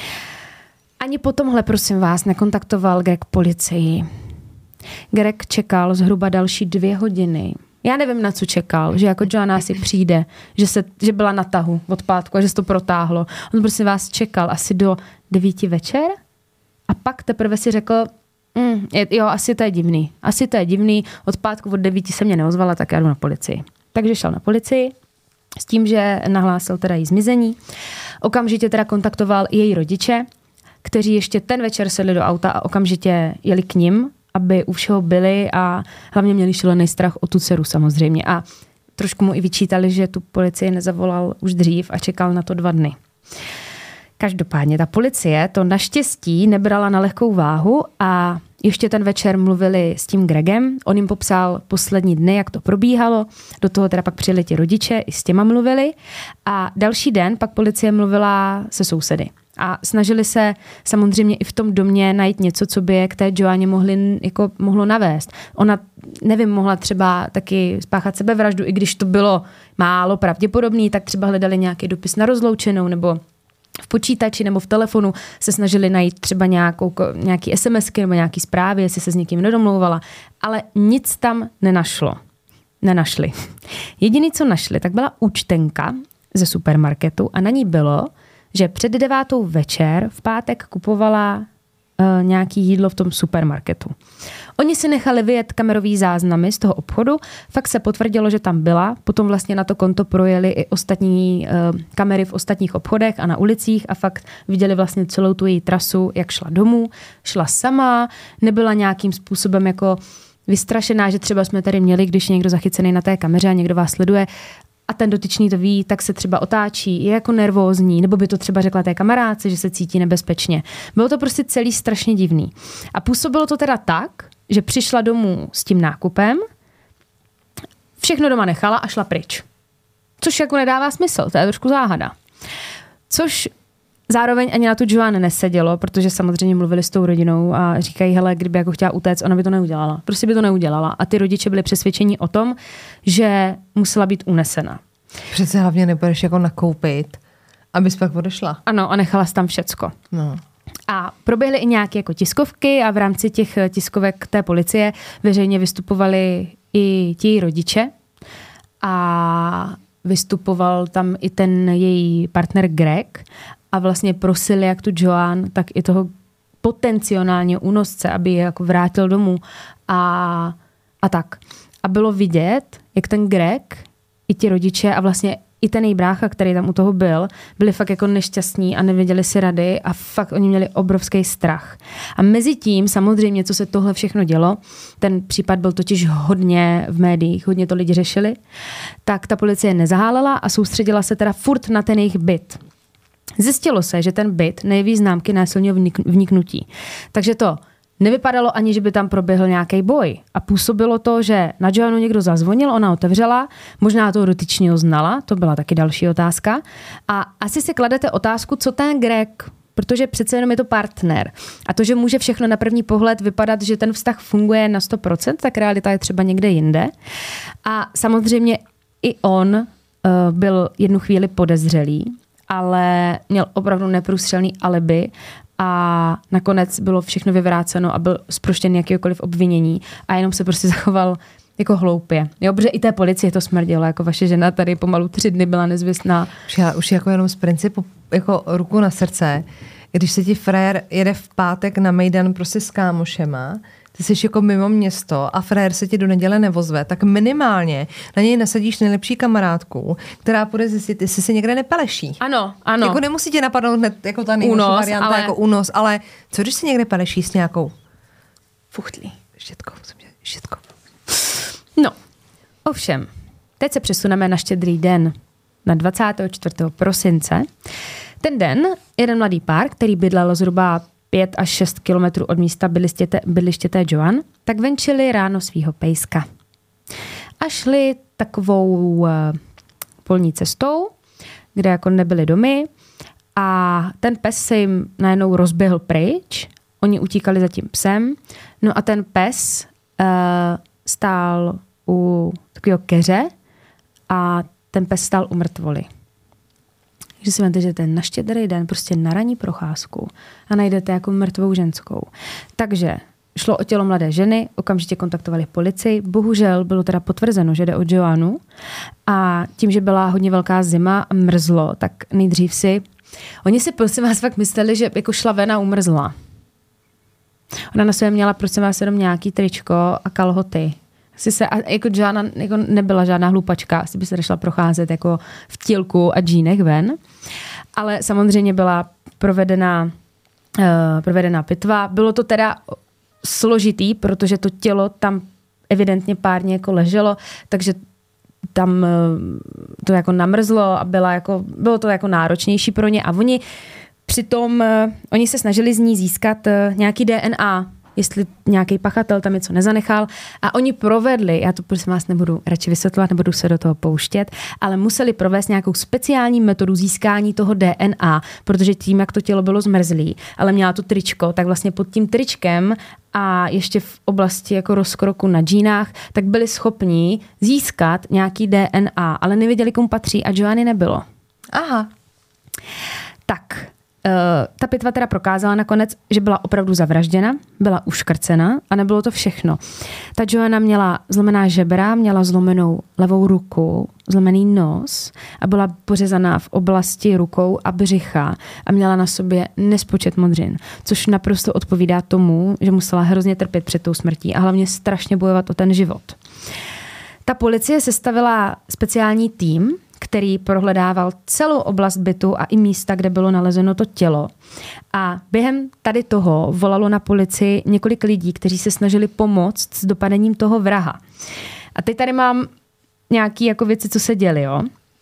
Ani po tomhle, prosím vás, nekontaktoval Greg policii. Greg čekal zhruba další 2 hodiny. Já nevím, na co čekal, že jako Joanna si přijde, že byla na tahu od pátku a že se to protáhlo. On prosím vás čekal asi do 9 večer a pak teprve si řekl, jo, asi to je divný, od pátku od 9 se mě neozvala, tak já jdu na policii. Takže šel na policii s tím, že nahlásil teda jí zmizení. Okamžitě teda kontaktoval i její rodiče, kteří ještě ten večer sedli do auta a okamžitě jeli k nim, aby u všeho byli a hlavně měli šílený strach o tu dceru samozřejmě. A trošku mu i vyčítali, že tu policii nezavolal už dřív a čekal na to 2 dny. Každopádně ta policie to naštěstí nebrala na lehkou váhu a ještě ten večer mluvili s tím Gregem. On jim popsal poslední dny, jak to probíhalo. Do toho teda pak přijeli ti rodiče, i s těma mluvili. A další den pak policie mluvila se sousedy. A snažili se samozřejmě i v tom domě najít něco, co by je k té Joanně mohlo navést. Ona, nevím, mohla třeba taky spáchat sebevraždu, i když to bylo málo pravděpodobný, tak třeba hledali nějaký dopis na rozloučenou nebo v počítači nebo v telefonu se snažili najít třeba nějaký SMSky nebo nějaký zprávy, jestli se s někým nedomlouvala, ale nic tam nenašli. Jediné, co našli, tak byla účtenka ze supermarketu a na ní bylo, že před 9 večer v pátek kupovala nějaký jídlo v tom supermarketu. Oni si nechali vyjet kamerový záznamy z toho obchodu, fakt se potvrdilo, že tam byla, potom vlastně na to konto projeli i ostatní kamery v ostatních obchodech a na ulicích a fakt viděli vlastně celou tu její trasu, jak šla domů, šla sama, nebyla nějakým způsobem jako vystrašená, že třeba jsme tady měli, když je někdo zachycený na té kameře a někdo vás sleduje. A a ten dotyčný to ví, tak se třeba otáčí, je jako nervózní, nebo by to třeba řekla té kamarádce, že se cítí nebezpečně. Bylo to prostě celý strašně divný. A působilo to teda tak, že přišla domů s tím nákupem, všechno doma nechala a šla pryč. Což jako nedává smysl, to je trošku záhada. Což zároveň ani na tu Joanne nesedělo, protože samozřejmě mluvili s tou rodinou a říkají, hele, kdyby jako chtěla utéct, ona by to neudělala. Prostě by to neudělala. A ty rodiče byli přesvědčeni o tom, že musela být unesena. Přece hlavně nebudeš jako nakoupit, abys pak odešla. Ano, a nechala jsi tam všecko. No. A proběhly i nějaké jako tiskovky a v rámci těch tiskovek té policie veřejně vystupovali i ti rodiče a vystupoval tam i ten její partner Greg a vlastně prosili jak tu Joanne, tak i toho potenciálního únosce, aby je jako vrátil domů a tak. A bylo vidět, jak ten Greg, i ti rodiče a vlastně i ten její brácha, který tam u toho byl, byli fakt jako nešťastní a nevěděli si rady a fakt oni měli obrovský strach. A mezi tím samozřejmě, co se tohle všechno dělo, ten případ byl totiž hodně v médiích, hodně to lidi řešili, tak ta policie nezahálela a soustředila se teda furt na ten jejich byt. Zjistilo se, že ten byt nejeví známky násilného vniknutí. Takže to nevypadalo ani, že by tam proběhl nějaký boj. A působilo to, že na Joannu někdo zazvonil, ona otevřela, možná toho dotyčného znala, to byla taky další otázka. A asi si kladete otázku, co ten Greg, protože přece jenom je to partner. A to, že může všechno na první pohled vypadat, že ten vztah funguje na 100%, tak realita je třeba někde jinde. A samozřejmě i on byl jednu chvíli podezřelý, ale měl opravdu neprůstřelný alibi a nakonec bylo všechno vyvráceno a byl zproštěn jakýkoliv obvinění a jenom se prostě zachoval jako hloupě. Jo, protože i té policie to smrdilo, jako vaše žena tady pomalu 3 dny byla nezvěstná. Už jako jenom z principu jako ruku na srdce, když se ti frér jede v pátek na mejdan prostě s kámošema, ty jsi jako mimo město a frér se ti do neděle nevozve, tak minimálně na něj nasadíš nejlepší kamarádku, která bude zjistit, jestli se někde nepeleší. Ano, ano. Jako nemusí tě napadnout hned jako ta nejhorší varianta, ale jako únos, ale co když se někde peleší s nějakou fuchtlí štětkou. No, ovšem, teď se přesuneme na Štědrý den, na 24. prosince. Ten den jeden mladý pár, který bydlel zhruba 5 až 6 kilometrů od místa bydliště té Joanne, tak venčili ráno svýho pejska. A šli takovou polní cestou, kde jako nebyly domy a ten pes se jim najednou rozběhl pryč, oni utíkali za tím psem, no a ten pes stál u takového keře a ten pes stál u mrtvoly. Takže si vemte, že ten na Štědrý den prostě na ranní procházku a najdete jako mrtvou ženskou. Takže šlo o tělo mladé ženy, okamžitě kontaktovali policii. Bohužel bylo teda potvrzeno, že jde o Joannu a tím, že byla hodně velká zima a mrzlo, tak nejdřív oni si prosím vás fakt mysleli, že jako šla ven a umrzla. Ona na sobě měla prosím vás jenom nějaký tričko a kalhoty. A jako Joanna jako nebyla žádná hlupačka, asi by se nešla procházet jako v tílku a džínech ven. Ale samozřejmě byla provedená pitva. Bylo to teda složitý, protože to tělo tam evidentně párně jako leželo, takže tam to jako namrzlo a bylo to jako náročnější pro ně. A oni se snažili z ní získat nějaký DNA, jestli nějaký pachatel tam něco nezanechal. A oni provedli, já to prosím vás nebudu radši vysvětlovat, nebudu se do toho pouštět, ale museli provést nějakou speciální metodu získání toho DNA, protože tím, jak to tělo bylo zmrzlý, ale měla to tričko, tak vlastně pod tím tričkem a ještě v oblasti jako rozkroku na džínách, tak byli schopni získat nějaký DNA, ale nevěděli, komu patří a Joanny nebylo. Aha. Tak, ta pitva teda prokázala nakonec, že byla opravdu zavražděna, byla uškrcena a nebylo to všechno. Ta Joanna měla zlomená žebra, měla zlomenou levou ruku, zlomený nos a byla pořezaná v oblasti rukou a břicha a měla na sobě nespočet modřin, což naprosto odpovídá tomu, že musela hrozně trpět před tou smrtí a hlavně strašně bojovat o ten život. Ta policie sestavila speciální tým, který prohledával celou oblast bytu a i místa, kde bylo nalezeno to tělo. A během tady toho volalo na policii několik lidí, kteří se snažili pomoct s dopadením toho vraha. A teď tady mám nějaké jako věci, co se děly, jo.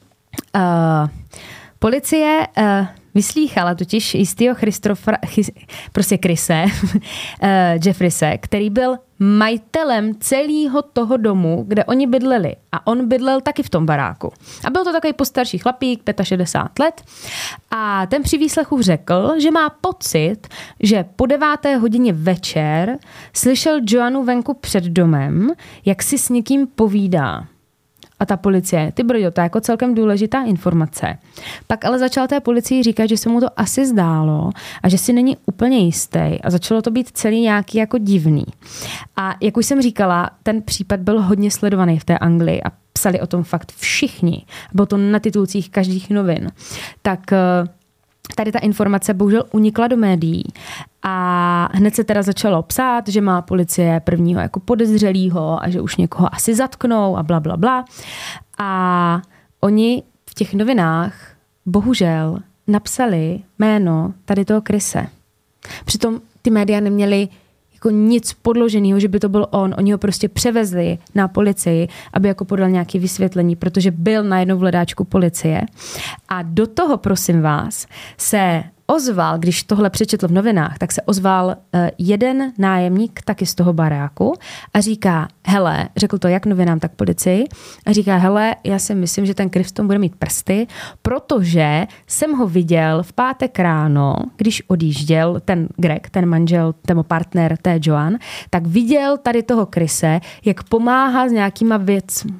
Policie vyslýchala totiž jistýho Chrise, Jeffrise, který byl majitelem celého toho domu, kde oni bydleli. A on bydlel taky v tom baráku. A byl to takový postarší chlapík, 65 let. A ten při výslechu řekl, že má pocit, že po 9. hodině večer slyšel Joannu venku před domem, jak si s někým povídá. A ta policie, ty brďo, to je jako celkem důležitá informace. Pak ale začal té policii říkat, že se mu to asi zdálo a že si není úplně jistý a začalo to být celý nějaký jako divný. A jak už jsem říkala, ten případ byl hodně sledovaný v té Anglii a psali o tom fakt všichni. Bylo to na titulcích každých novin. Tak tady ta informace bohužel unikla do médií a hned se teda začalo psát, že má policie prvního jako podezřelýho a že už někoho asi zatknou a bla, bla, bla. A oni v těch novinách bohužel napsali jméno tady toho Chrise. Přitom ty média neměly jako nic podloženého, že by to byl on. Oni ho prostě převezli na policii, aby jako podal nějaké vysvětlení, protože byl najednou v hledáčku policie. A do toho, prosím vás, se ozval, když tohle přečetl v novinách, tak se ozval jeden nájemník taky z toho baráku a říká, hele, řekl to jak novinám, tak policii, a říká, hele, já si myslím, že ten Chris v tom bude mít prsty, protože jsem ho viděl v pátek ráno, když odjížděl ten Greg, ten manžel, ten partner té Joan, tak viděl tady toho Chrise, jak pomáhá s nějakýma věcmi.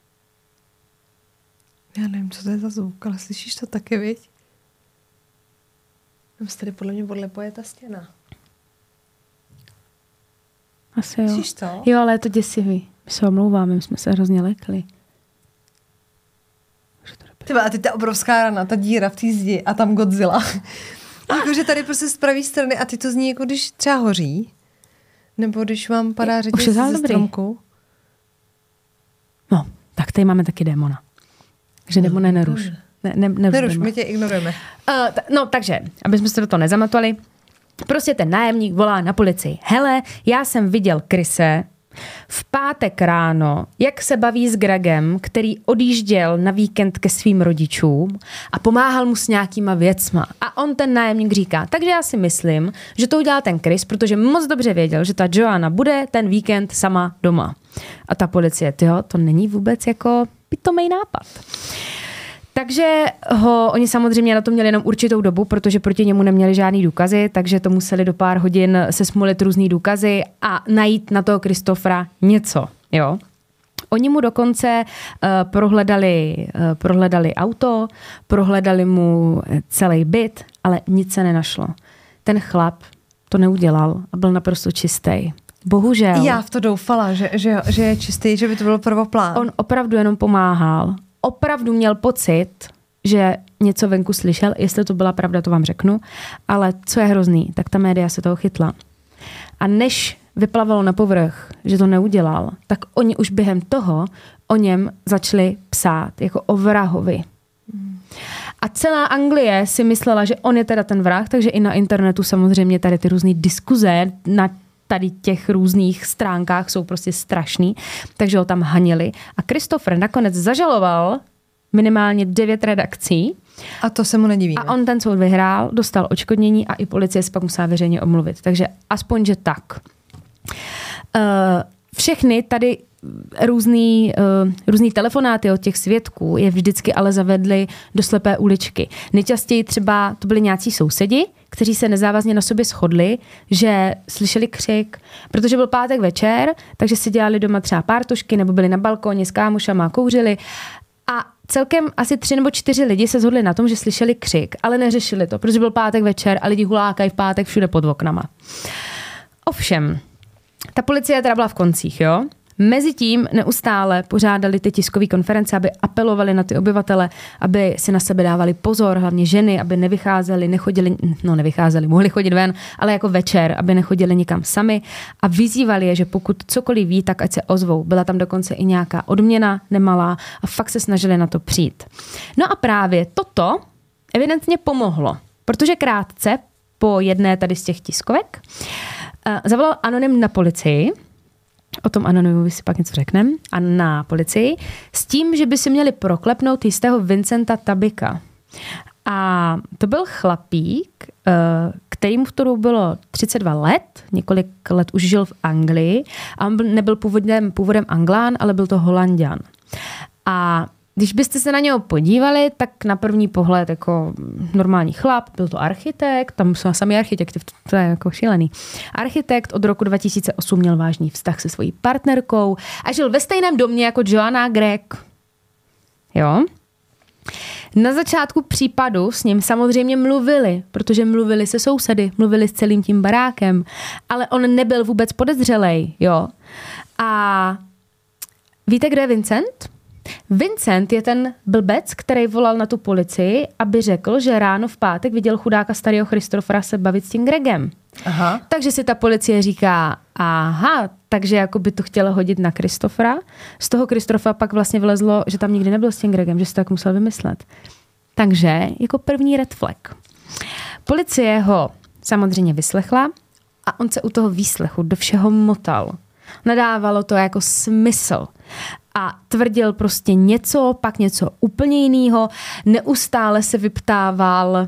Já nevím, co to je za zvuk, ale slyšíš to taky, viď? Tam se tady podle mě odlepuje ta stěna. Asi jo. Slyšíš to? Jo, ale je to děsivý. My se omlouváme, my jsme se hrozně lekli. A teď ta obrovská rana, ta díra v té zdi a tam Godzilla. Jakože tady prostě z pravé strany a ty to zní jako když třeba hoří. Nebo když vám padá řetěz ze stromku. No, tak tady máme taky démona. Takže démone neruš. Neruš, my tě ignorujeme. No, takže, aby jsme se do toho nezamatovali, prostě ten nájemník volá na policii. Hele, já jsem viděl Chrise v pátek ráno, jak se baví s Gregem, který odjížděl na víkend ke svým rodičům a pomáhal mu s nějakýma věcma. A on, ten nájemník, říká, takže já si myslím, že to udělal ten Chris, protože moc dobře věděl, že ta Joanna bude ten víkend sama doma. A ta policie, tyjo, to není vůbec jako pitomej nápad. Takže oni samozřejmě na to měli jenom určitou dobu, protože proti němu neměli žádný důkazy, takže to museli do pár hodin se smolit různý důkazy a najít na toho Christophera něco, jo. Oni mu dokonce prohledali auto, prohledali mu celý byt, ale nic se nenašlo. Ten chlap to neudělal a byl naprosto čistý. Bohužel. Já v to doufala, že je čistý, že by to byl prvoplán. On opravdu jenom pomáhal. Opravdu měl pocit, že něco venku slyšel, jestli to byla pravda, to vám řeknu, ale co je hrozný, tak ta média se toho chytla. A než vyplavalo na povrch, že to neudělal, tak oni už během toho o něm začali psát jako o vrahovi. A celá Anglie si myslela, že on je teda ten vrah, takže i na internetu samozřejmě tady ty různý diskuze na tady těch různých stránkách jsou prostě strašný, takže ho tam hanili. A Christopher nakonec zažaloval minimálně 9 redakcí. A to se mu nedivíme. A on ten soud vyhrál, dostal odškodnění a i policie se pak musela veřejně omluvit. Takže aspoň, že tak. Všechny tady různý telefonáty od těch svědků je vždycky ale zavedli do slepé uličky. Nejčastěji třeba to byli nějací sousedi, kteří se nezávazně na sobě shodli, že slyšeli křik, protože byl pátek večer, takže si dělali doma třeba pártošky nebo byli na balkóně s kámošama, kouřili a celkem asi 3 nebo 4 lidi se shodli na tom, že slyšeli křik, ale neřešili to, protože byl pátek večer a lidi hulákají v pátek všude pod oknama. Ovšem, ta policie teda byla v koncích, jo? Mezitím neustále pořádali ty tiskové konference, aby apelovali na ty obyvatele, aby si na sebe dávali pozor, hlavně ženy, aby nevycházeli, mohli chodit ven, ale jako večer, aby nechodili nikam sami a vyzývali je, že pokud cokoliv ví, tak ať se ozvou. Byla tam dokonce i nějaká odměna nemalá a fakt se snažili na to přijít. No a právě toto evidentně pomohlo, protože krátce po jedné tady z těch tiskovek zavolal anonym na policii o tom anonymovi si pak něco řekneme, a na policii, s tím, že by si měli proklepnout jistého Vincenta Tabika. A to byl chlapík, kterýmu v tomu bylo 32 let, několik let už žil v Anglii a on nebyl původem Anglán, ale byl to Holanďan. A když byste se na něho podívali, tak na první pohled jako normální chlap, byl to architekt, tam jsou sami architekti, to je jako šílený. Architekt od roku 2008 měl vážný vztah se svojí partnerkou a žil ve stejném domě jako Joanna Gregg. Jo? Na začátku případu s ním samozřejmě mluvili, protože mluvili se sousedy, mluvili s celým tím barákem, ale on nebyl vůbec podezřelej, jo. A víte, kdo je Vincent? Vincent je ten blbec, který volal na tu policii, aby řekl, že ráno v pátek viděl chudáka starého Christophera se bavit s tím Gregem. Aha. Takže si ta policie říká, aha, takže jako by to chtěla hodit na Christophera. Z toho Christophera pak vlastně vylezlo, že tam nikdy nebyl s tím Gregem, že si to tak musel vymyslet. Takže jako první red flag. Policie ho samozřejmě vyslechla a on se u toho výslechu do všeho motal. Nadávalo to jako smysl. A tvrdil prostě něco, pak něco úplně jiného. Neustále se vyptával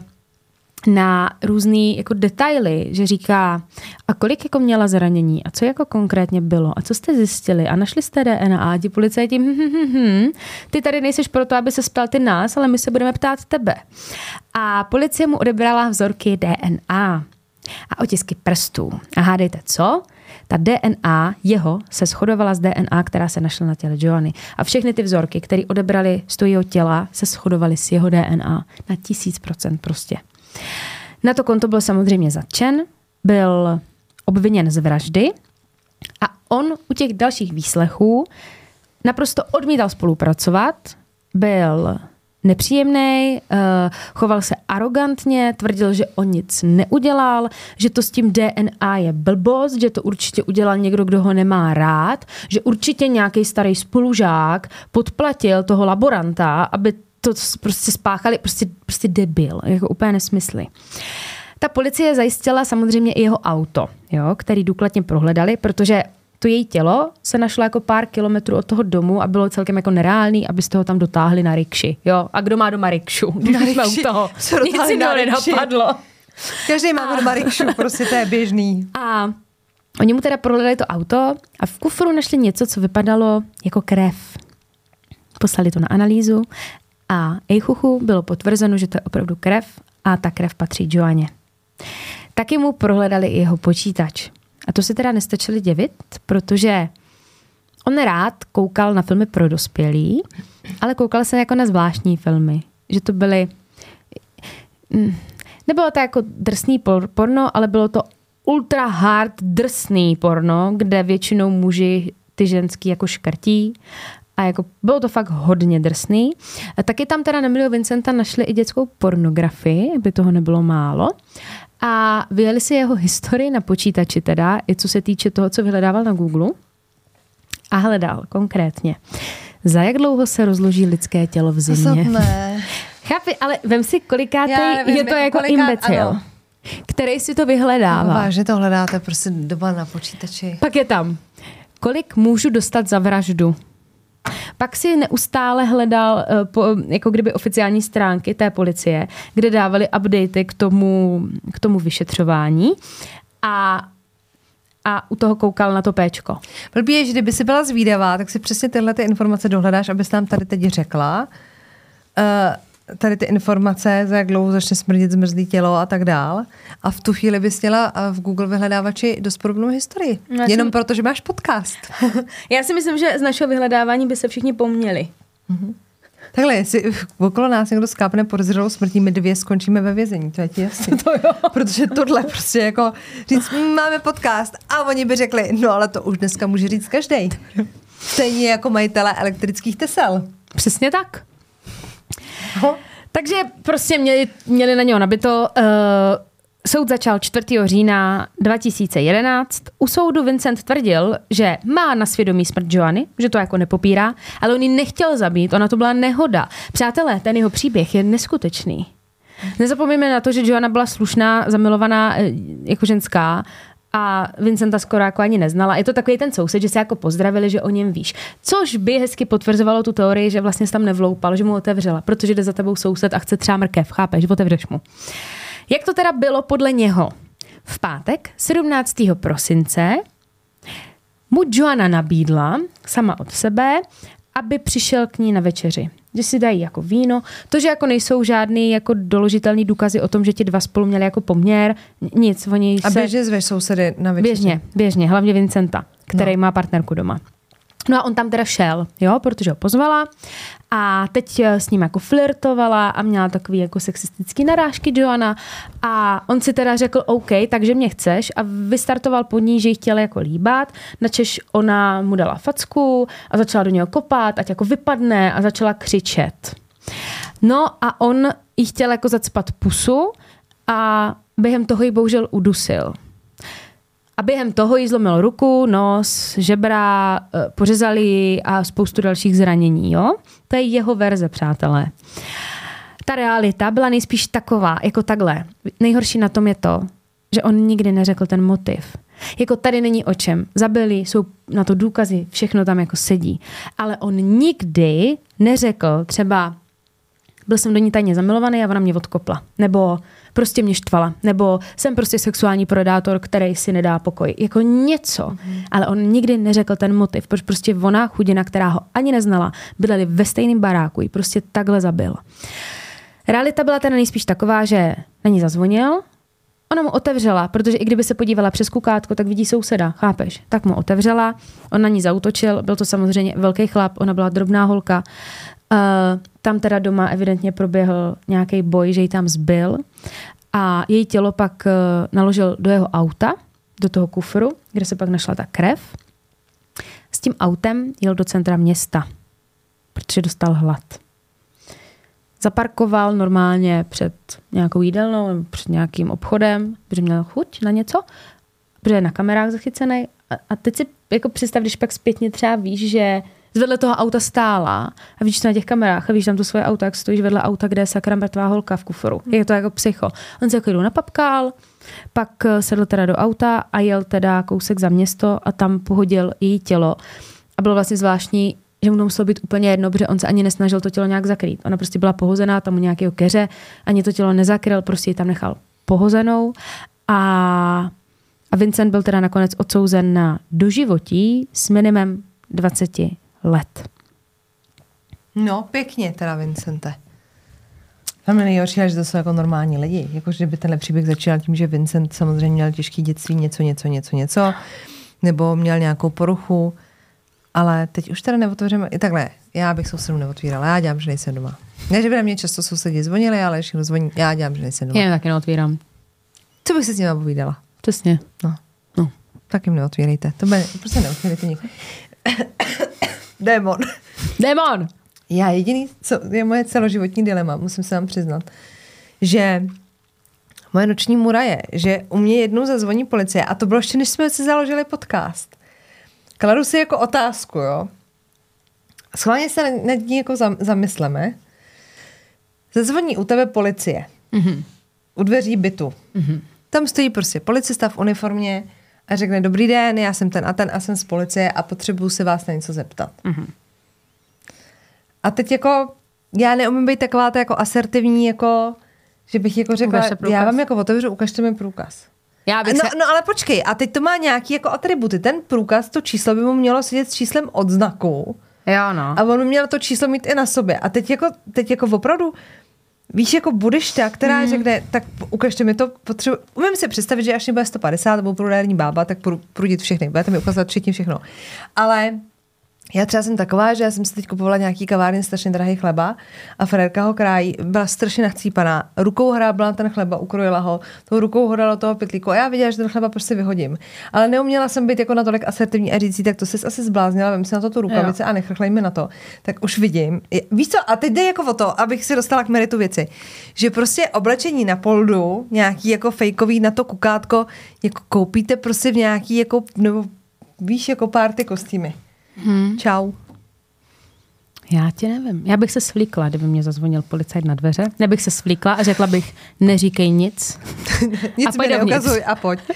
na různý jako detaily, že říká, a kolik jako měla zranění a co jako konkrétně bylo a co jste zjistili a našli jste DNA a ti policajti, ty tady nejseš proto, aby se ptal ty nás, ale my se budeme ptát tebe. A policie mu odebrala vzorky DNA a otisky prstů. A hádejte co? Ta DNA jeho se shodovala s DNA, která se našla na těle Joanny. A všechny ty vzorky, které odebrali z jeho těla, se shodovaly s jeho DNA na 1000% prostě. Na to konto byl samozřejmě zatčen, byl obviněn z vraždy a on u těch dalších výslechů naprosto odmítal spolupracovat, byl nepříjemný, choval se arrogantně, tvrdil, že on nic neudělal, že to s tím DNA je blbost, že to určitě udělal někdo, kdo ho nemá rád, že určitě nějaký starý spolužák podplatil toho laboranta, aby to prostě spáchali, prostě debil, jako úplně nesmysly. Ta policie zajistila samozřejmě i jeho auto, jo, který důkladně prohledali, protože to její tělo se našlo jako pár kilometrů od toho domu a bylo celkem jako nereálný, abyste ho tam dotáhli na rikši. Jo? A kdo má doma rikšu? Když jsme u toho. Nic si to nenapadlo. Každý má doma rikšu, prostě to je běžný. A oni mu teda prohledali to auto a v kufru našli něco, co vypadalo jako krev. Poslali to na analýzu a ejchuchu bylo potvrzeno, že to je opravdu krev a ta krev patří Joanně. Taky mu prohledali i jeho počítač. A to se teda nestačili divit, protože on rád koukal na filmy pro dospělí, ale koukal se jako na zvláštní filmy. Že to byly... Nebylo to jako drsný porno, ale bylo to ultra hard drsný porno, kde většinou muži ty ženský jako škrtí. A jako bylo to fakt hodně drsný. A taky tam teda na miliu Vincenta našli i dětskou pornografii, aby toho nebylo málo. A vyjeli si jeho historii na počítači teda, i co se týče toho, co vyhledával na Google. A hledal konkrétně, za jak dlouho se rozloží lidské tělo v zimě. Chápi, ale vem si, kolikátej je to jako imbecil, který si to vyhledává. No, vážně to hledáte prostě doma na počítači. Pak je tam, kolik můžu dostat za vraždu. Pak si neustále hledal jako kdyby oficiální stránky té policie, kde dávali updaty k tomu vyšetřování a u toho koukal na to péčko. Blbý je, že kdyby si byla zvídavá, tak si přesně tyhle ty informace dohledáš, abys nám tady teď řekla. Tady ty informace, za jak dlouho začne smrdit zmrzlý tělo a tak dál. A v tu chvíli bys měla v Google vyhledávači dost podobnou historii. Jenom proto, že máš podcast. Já si myslím, že z našeho vyhledávání by se všichni poměli. Mm-hmm. Takhle, jestli okolo nás někdo skápne podezřelou smrtí, my 2 skončíme ve vězení, to je ti jasný. To jo. Protože tohle prostě jako říct, máme podcast a oni by řekli, no ale to už dneska může říct každej. Stejně jako majitele elektrických tesel. Přesně tak. Takže prostě měli na něho nabito. Soud začal 4. října 2011. U soudu Vincent tvrdil, že má na svědomí smrt Joanny, že to jako nepopírá, ale on ji nechtěl zabít, ona to byla nehoda. Přátelé, ten jeho příběh je neskutečný. Nezapomeňme na to, že Joanna byla slušná, zamilovaná jako ženská a Vincenta skoro jako ani neznala. Je to takový ten soused, že se jako pozdravili, že o něm víš. Což by hezky potvrzovalo tu teorii, že vlastně se tam nevloupal, že mu otevřela, protože jde za tebou soused a chce třeba mrkev, chápeš, otevřeš mu. Jak to teda bylo podle něho? V pátek 17. prosince mu Joanna nabídla sama od sebe, aby přišel k ní na večeři. Že si dají jako víno. To, že jako nejsou žádný jako doložitelný důkazy o tom, že ti dva spolu měli jako poměr, nic, oni se... A běžně zveš sousedy na večeři? Běžně, hlavně Vincenta, který má partnerku doma. No a on tam teda šel, jo, protože ho pozvala a teď s ním jako flirtovala a měla takový jako sexistický narážky Joanna a on si teda řekl OK, takže mě chceš a vystartoval po ní, že ji chtěla jako líbat, načež ona mu dala facku a začala do něho kopat, ať jako vypadne a začala křičet. No a on jí chtěl jako zacpat pusu a během toho ji bohužel udusil. A během toho jí zlomil ruku, nos, žebra, pořezali ji a spoustu dalších zranění, jo? To je jeho verze, přátelé. Ta realita byla nejspíš taková, jako takhle. Nejhorší na tom je to, že on nikdy neřekl ten motiv. Jako tady není o čem. Zabili, jsou na to důkazy, všechno tam jako sedí. Ale on nikdy neřekl třeba, byl jsem do ní tajně zamilovaný a ona mě odkopla. Nebo prostě mě štvala. Nebo jsem prostě sexuální predátor, který si nedá pokoj. Jako něco. Ale on nikdy neřekl ten motiv. Proč prostě ona, chudina, která ho ani neznala, bydleli ve stejném baráku, ji prostě takhle zabil. Realita byla teda nejspíš taková, že na ní zazvonil, ona mu otevřela, protože i kdyby se podívala přes kukátko, tak vidí souseda, chápeš? Tak mu otevřela, on na ní zaútočil, byl to samozřejmě velký chlap, ona byla drobná holka. Tam teda doma evidentně proběhl nějaký boj, že ji tam zbil a její tělo pak naložil do jeho auta, do toho kufru, kde se pak našla ta krev. S tím autem jel do centra města, protože dostal hlad. Zaparkoval normálně před nějakou jídelnou nebo před nějakým obchodem, protože měl chuť na něco, protože je na kamerách zachycený. A teď si jako představ, když pak zpětně třeba víš, že vedle toho auta stála a vidíš to na těch kamerách a víš tam to svoje auto, jak stojíš vedle auta, kde je sakra mrtvá holka v kufru. Je to jako psycho. On se jako jdu napapkal, pak sedl teda do auta a jel teda kousek za město a tam pohodil její tělo. A bylo vlastně zvláštní, že mu to muselo být úplně jedno, protože on se ani nesnažil to tělo nějak zakrýt. Ona prostě byla pohozená, tam u nějakého keře, ani to tělo nezakryl, prostě ji tam nechal pohozenou. A Vincent byl teda nakonec odsouzen na doživotí s minimem 20 let. No, pěkně teda, Vincente. Tam je nejhorší, že to jsou jako normální lidi. Jakože by tenhle příběh začínal tím, že Vincent samozřejmě měl těžký dětství, něco, nebo měl nějakou poruchu, ale teď už teda neotevřeme. I takhle, já bych sousedům neotvírala, já dělám, že nejsem doma. Ne, že by na mě často sousedi zvonili, ale když někdo zvoní, já dělám, že nejsem doma. Já taky neotvírám. Co bych se s nimi povídala? Přesně. No. Tak jim neotvírejte. To bude, prostě neotvírejte nikdo. Démon! Já jediný, co je moje celoživotní dilema, musím se vám přiznat, že moje noční můra je, že u mě jednou zazvoní policie a to bylo ještě, než jsme si založili podcast. Kladu si jako otázku, jo. Schválně se nad ní jako zamysleme. Zazvoní u tebe policie. Mm-hmm. U dveří bytu. Mm-hmm. Tam stojí prostě policista v uniformě a řekne, dobrý den, já jsem ten a jsem z policie a potřebuju se vás na něco zeptat. Mm-hmm. A teď jako, já neumím být taková ta jako asertivní, jako, že bych jako řekla, já vám jako otevřu, ukažte mi průkaz. No ale počkej, a teď to má nějaký jako atributy. Ten průkaz, to číslo by mu mělo sedět s číslem odznaku. Jo, no. A on by měl to číslo mít i na sobě. A teď jako opravdu, víš, jako budeš ta, která řekne, tak ukažte mi to, umím si představit, že až mi bude 150, nebo průdární bába, tak prudit všechny, budete mi ukázat všechno. Ale já třeba jsem taková, že já jsem si teď kupovala nějaký kavárny strašně drahý chleba a Frérka ho krájí, byla strašně nachcípaná. Rukou hrábla na ten chleba, ukrojila ho, tou rukou ho dala do toho pytlíku a já viděla, že ten chleba prostě vyhodím. Ale neuměla jsem být jako natolik asertivní a říct si, tak to jsi asi zbláznila, vem si na to tu rukavice a nechrchlej mi na to. Tak už vidím. Víš co, a teď jde jako o to, abych si dostala k meritu věci, že prostě oblečení na poldu, nějaký jako fejkový na to kukátko, jako koupíte prostě v nějaký jako, nebo víš, jako party kostýmy. Čau. Já ti nevím. Já bych se svlíkla, kdyby mě zazvonil policajt na dveře. Nebych se svlíkla a řekla bych, neříkej nic. Nic mi neukazuj a pojď.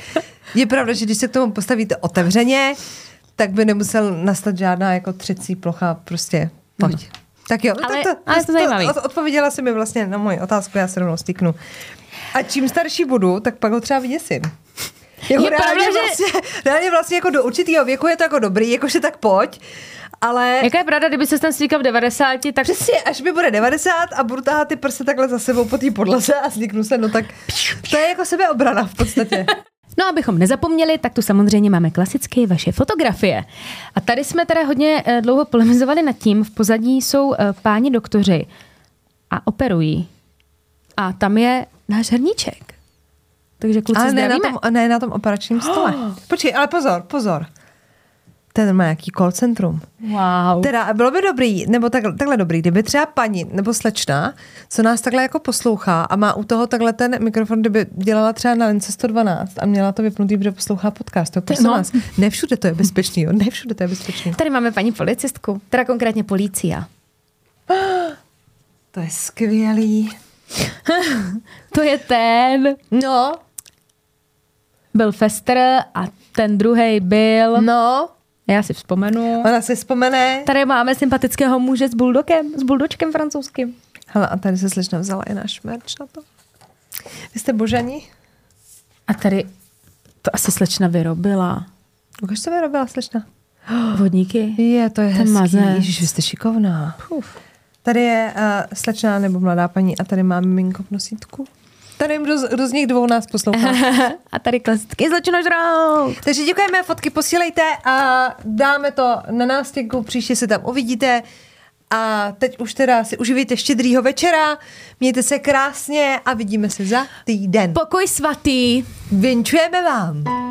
Je pravda, že když se k tomu postavíte otevřeně, tak by nemusel nastat žádná jako třecí plocha, prostě pojď. Tak jo, ale to zajímavý. Odpověděla jsi mi vlastně na moji otázku, já se rovnou styknu. A čím starší budu, tak pak ho třeba vyděsím. Jako reálně vlastně jako do určitého věku je to jako dobrý, jakože tak pojď, ale... Jaká je pravda, kdyby se tam stýkal v 90, tak... Přesně, až mi bude 90 a budu táhat ty prse takhle za sebou po té podlaze a styknu se, no tak to je jako sebeobrana v podstatě. No, abychom nezapomněli, tak tu samozřejmě máme klasické vaše fotografie. A tady jsme teda hodně dlouho polemizovali nad tím, v pozadí jsou páni doktoři a operují. A tam je náš hrníček. Takže kluci ale zdravíme. Ne na tom operačním stole. Počkej, ale pozor. Ten má nějaký call centrum. Wow. Teda bylo by dobrý, nebo takhle dobrý, kdyby třeba paní nebo slečna, co nás takhle jako poslouchá a má u toho takhle ten mikrofon, kdyby dělala třeba na lince 112 a měla to vypnutý, protože poslouchá podcast. To prosím vás, ne všude to je bezpečný, jo? Ne všude to je bezpečný. Tady máme paní policistku, teda konkrétně policia. To je skvělý. To je ten. No. Byl Fester a ten druhej byl... No. Já si vzpomenu. Ona si vzpomene. Tady máme sympatického muže s buldočkem francouzským. Hele, a tady se slečna vzala i náš merch na to. Vy jste božani? A tady to asi slečna vyrobila. Ukaž, co vyrobila slečna? Vodníky. To je hezký. Ježiš, vy jste šikovná. Tady je slečna nebo mladá paní a tady máme miminko v nosítku. Tady kdo z nich dvou nás poslouchá. A tady klasický zločinožrout. Takže děkujeme, fotky posílejte a dáme to na nástěnku, příště se tam uvidíte. A teď už teda si uživejte štědrýho večera, mějte se krásně a vidíme se za týden. Pokoj svatý. Vinčujeme vám.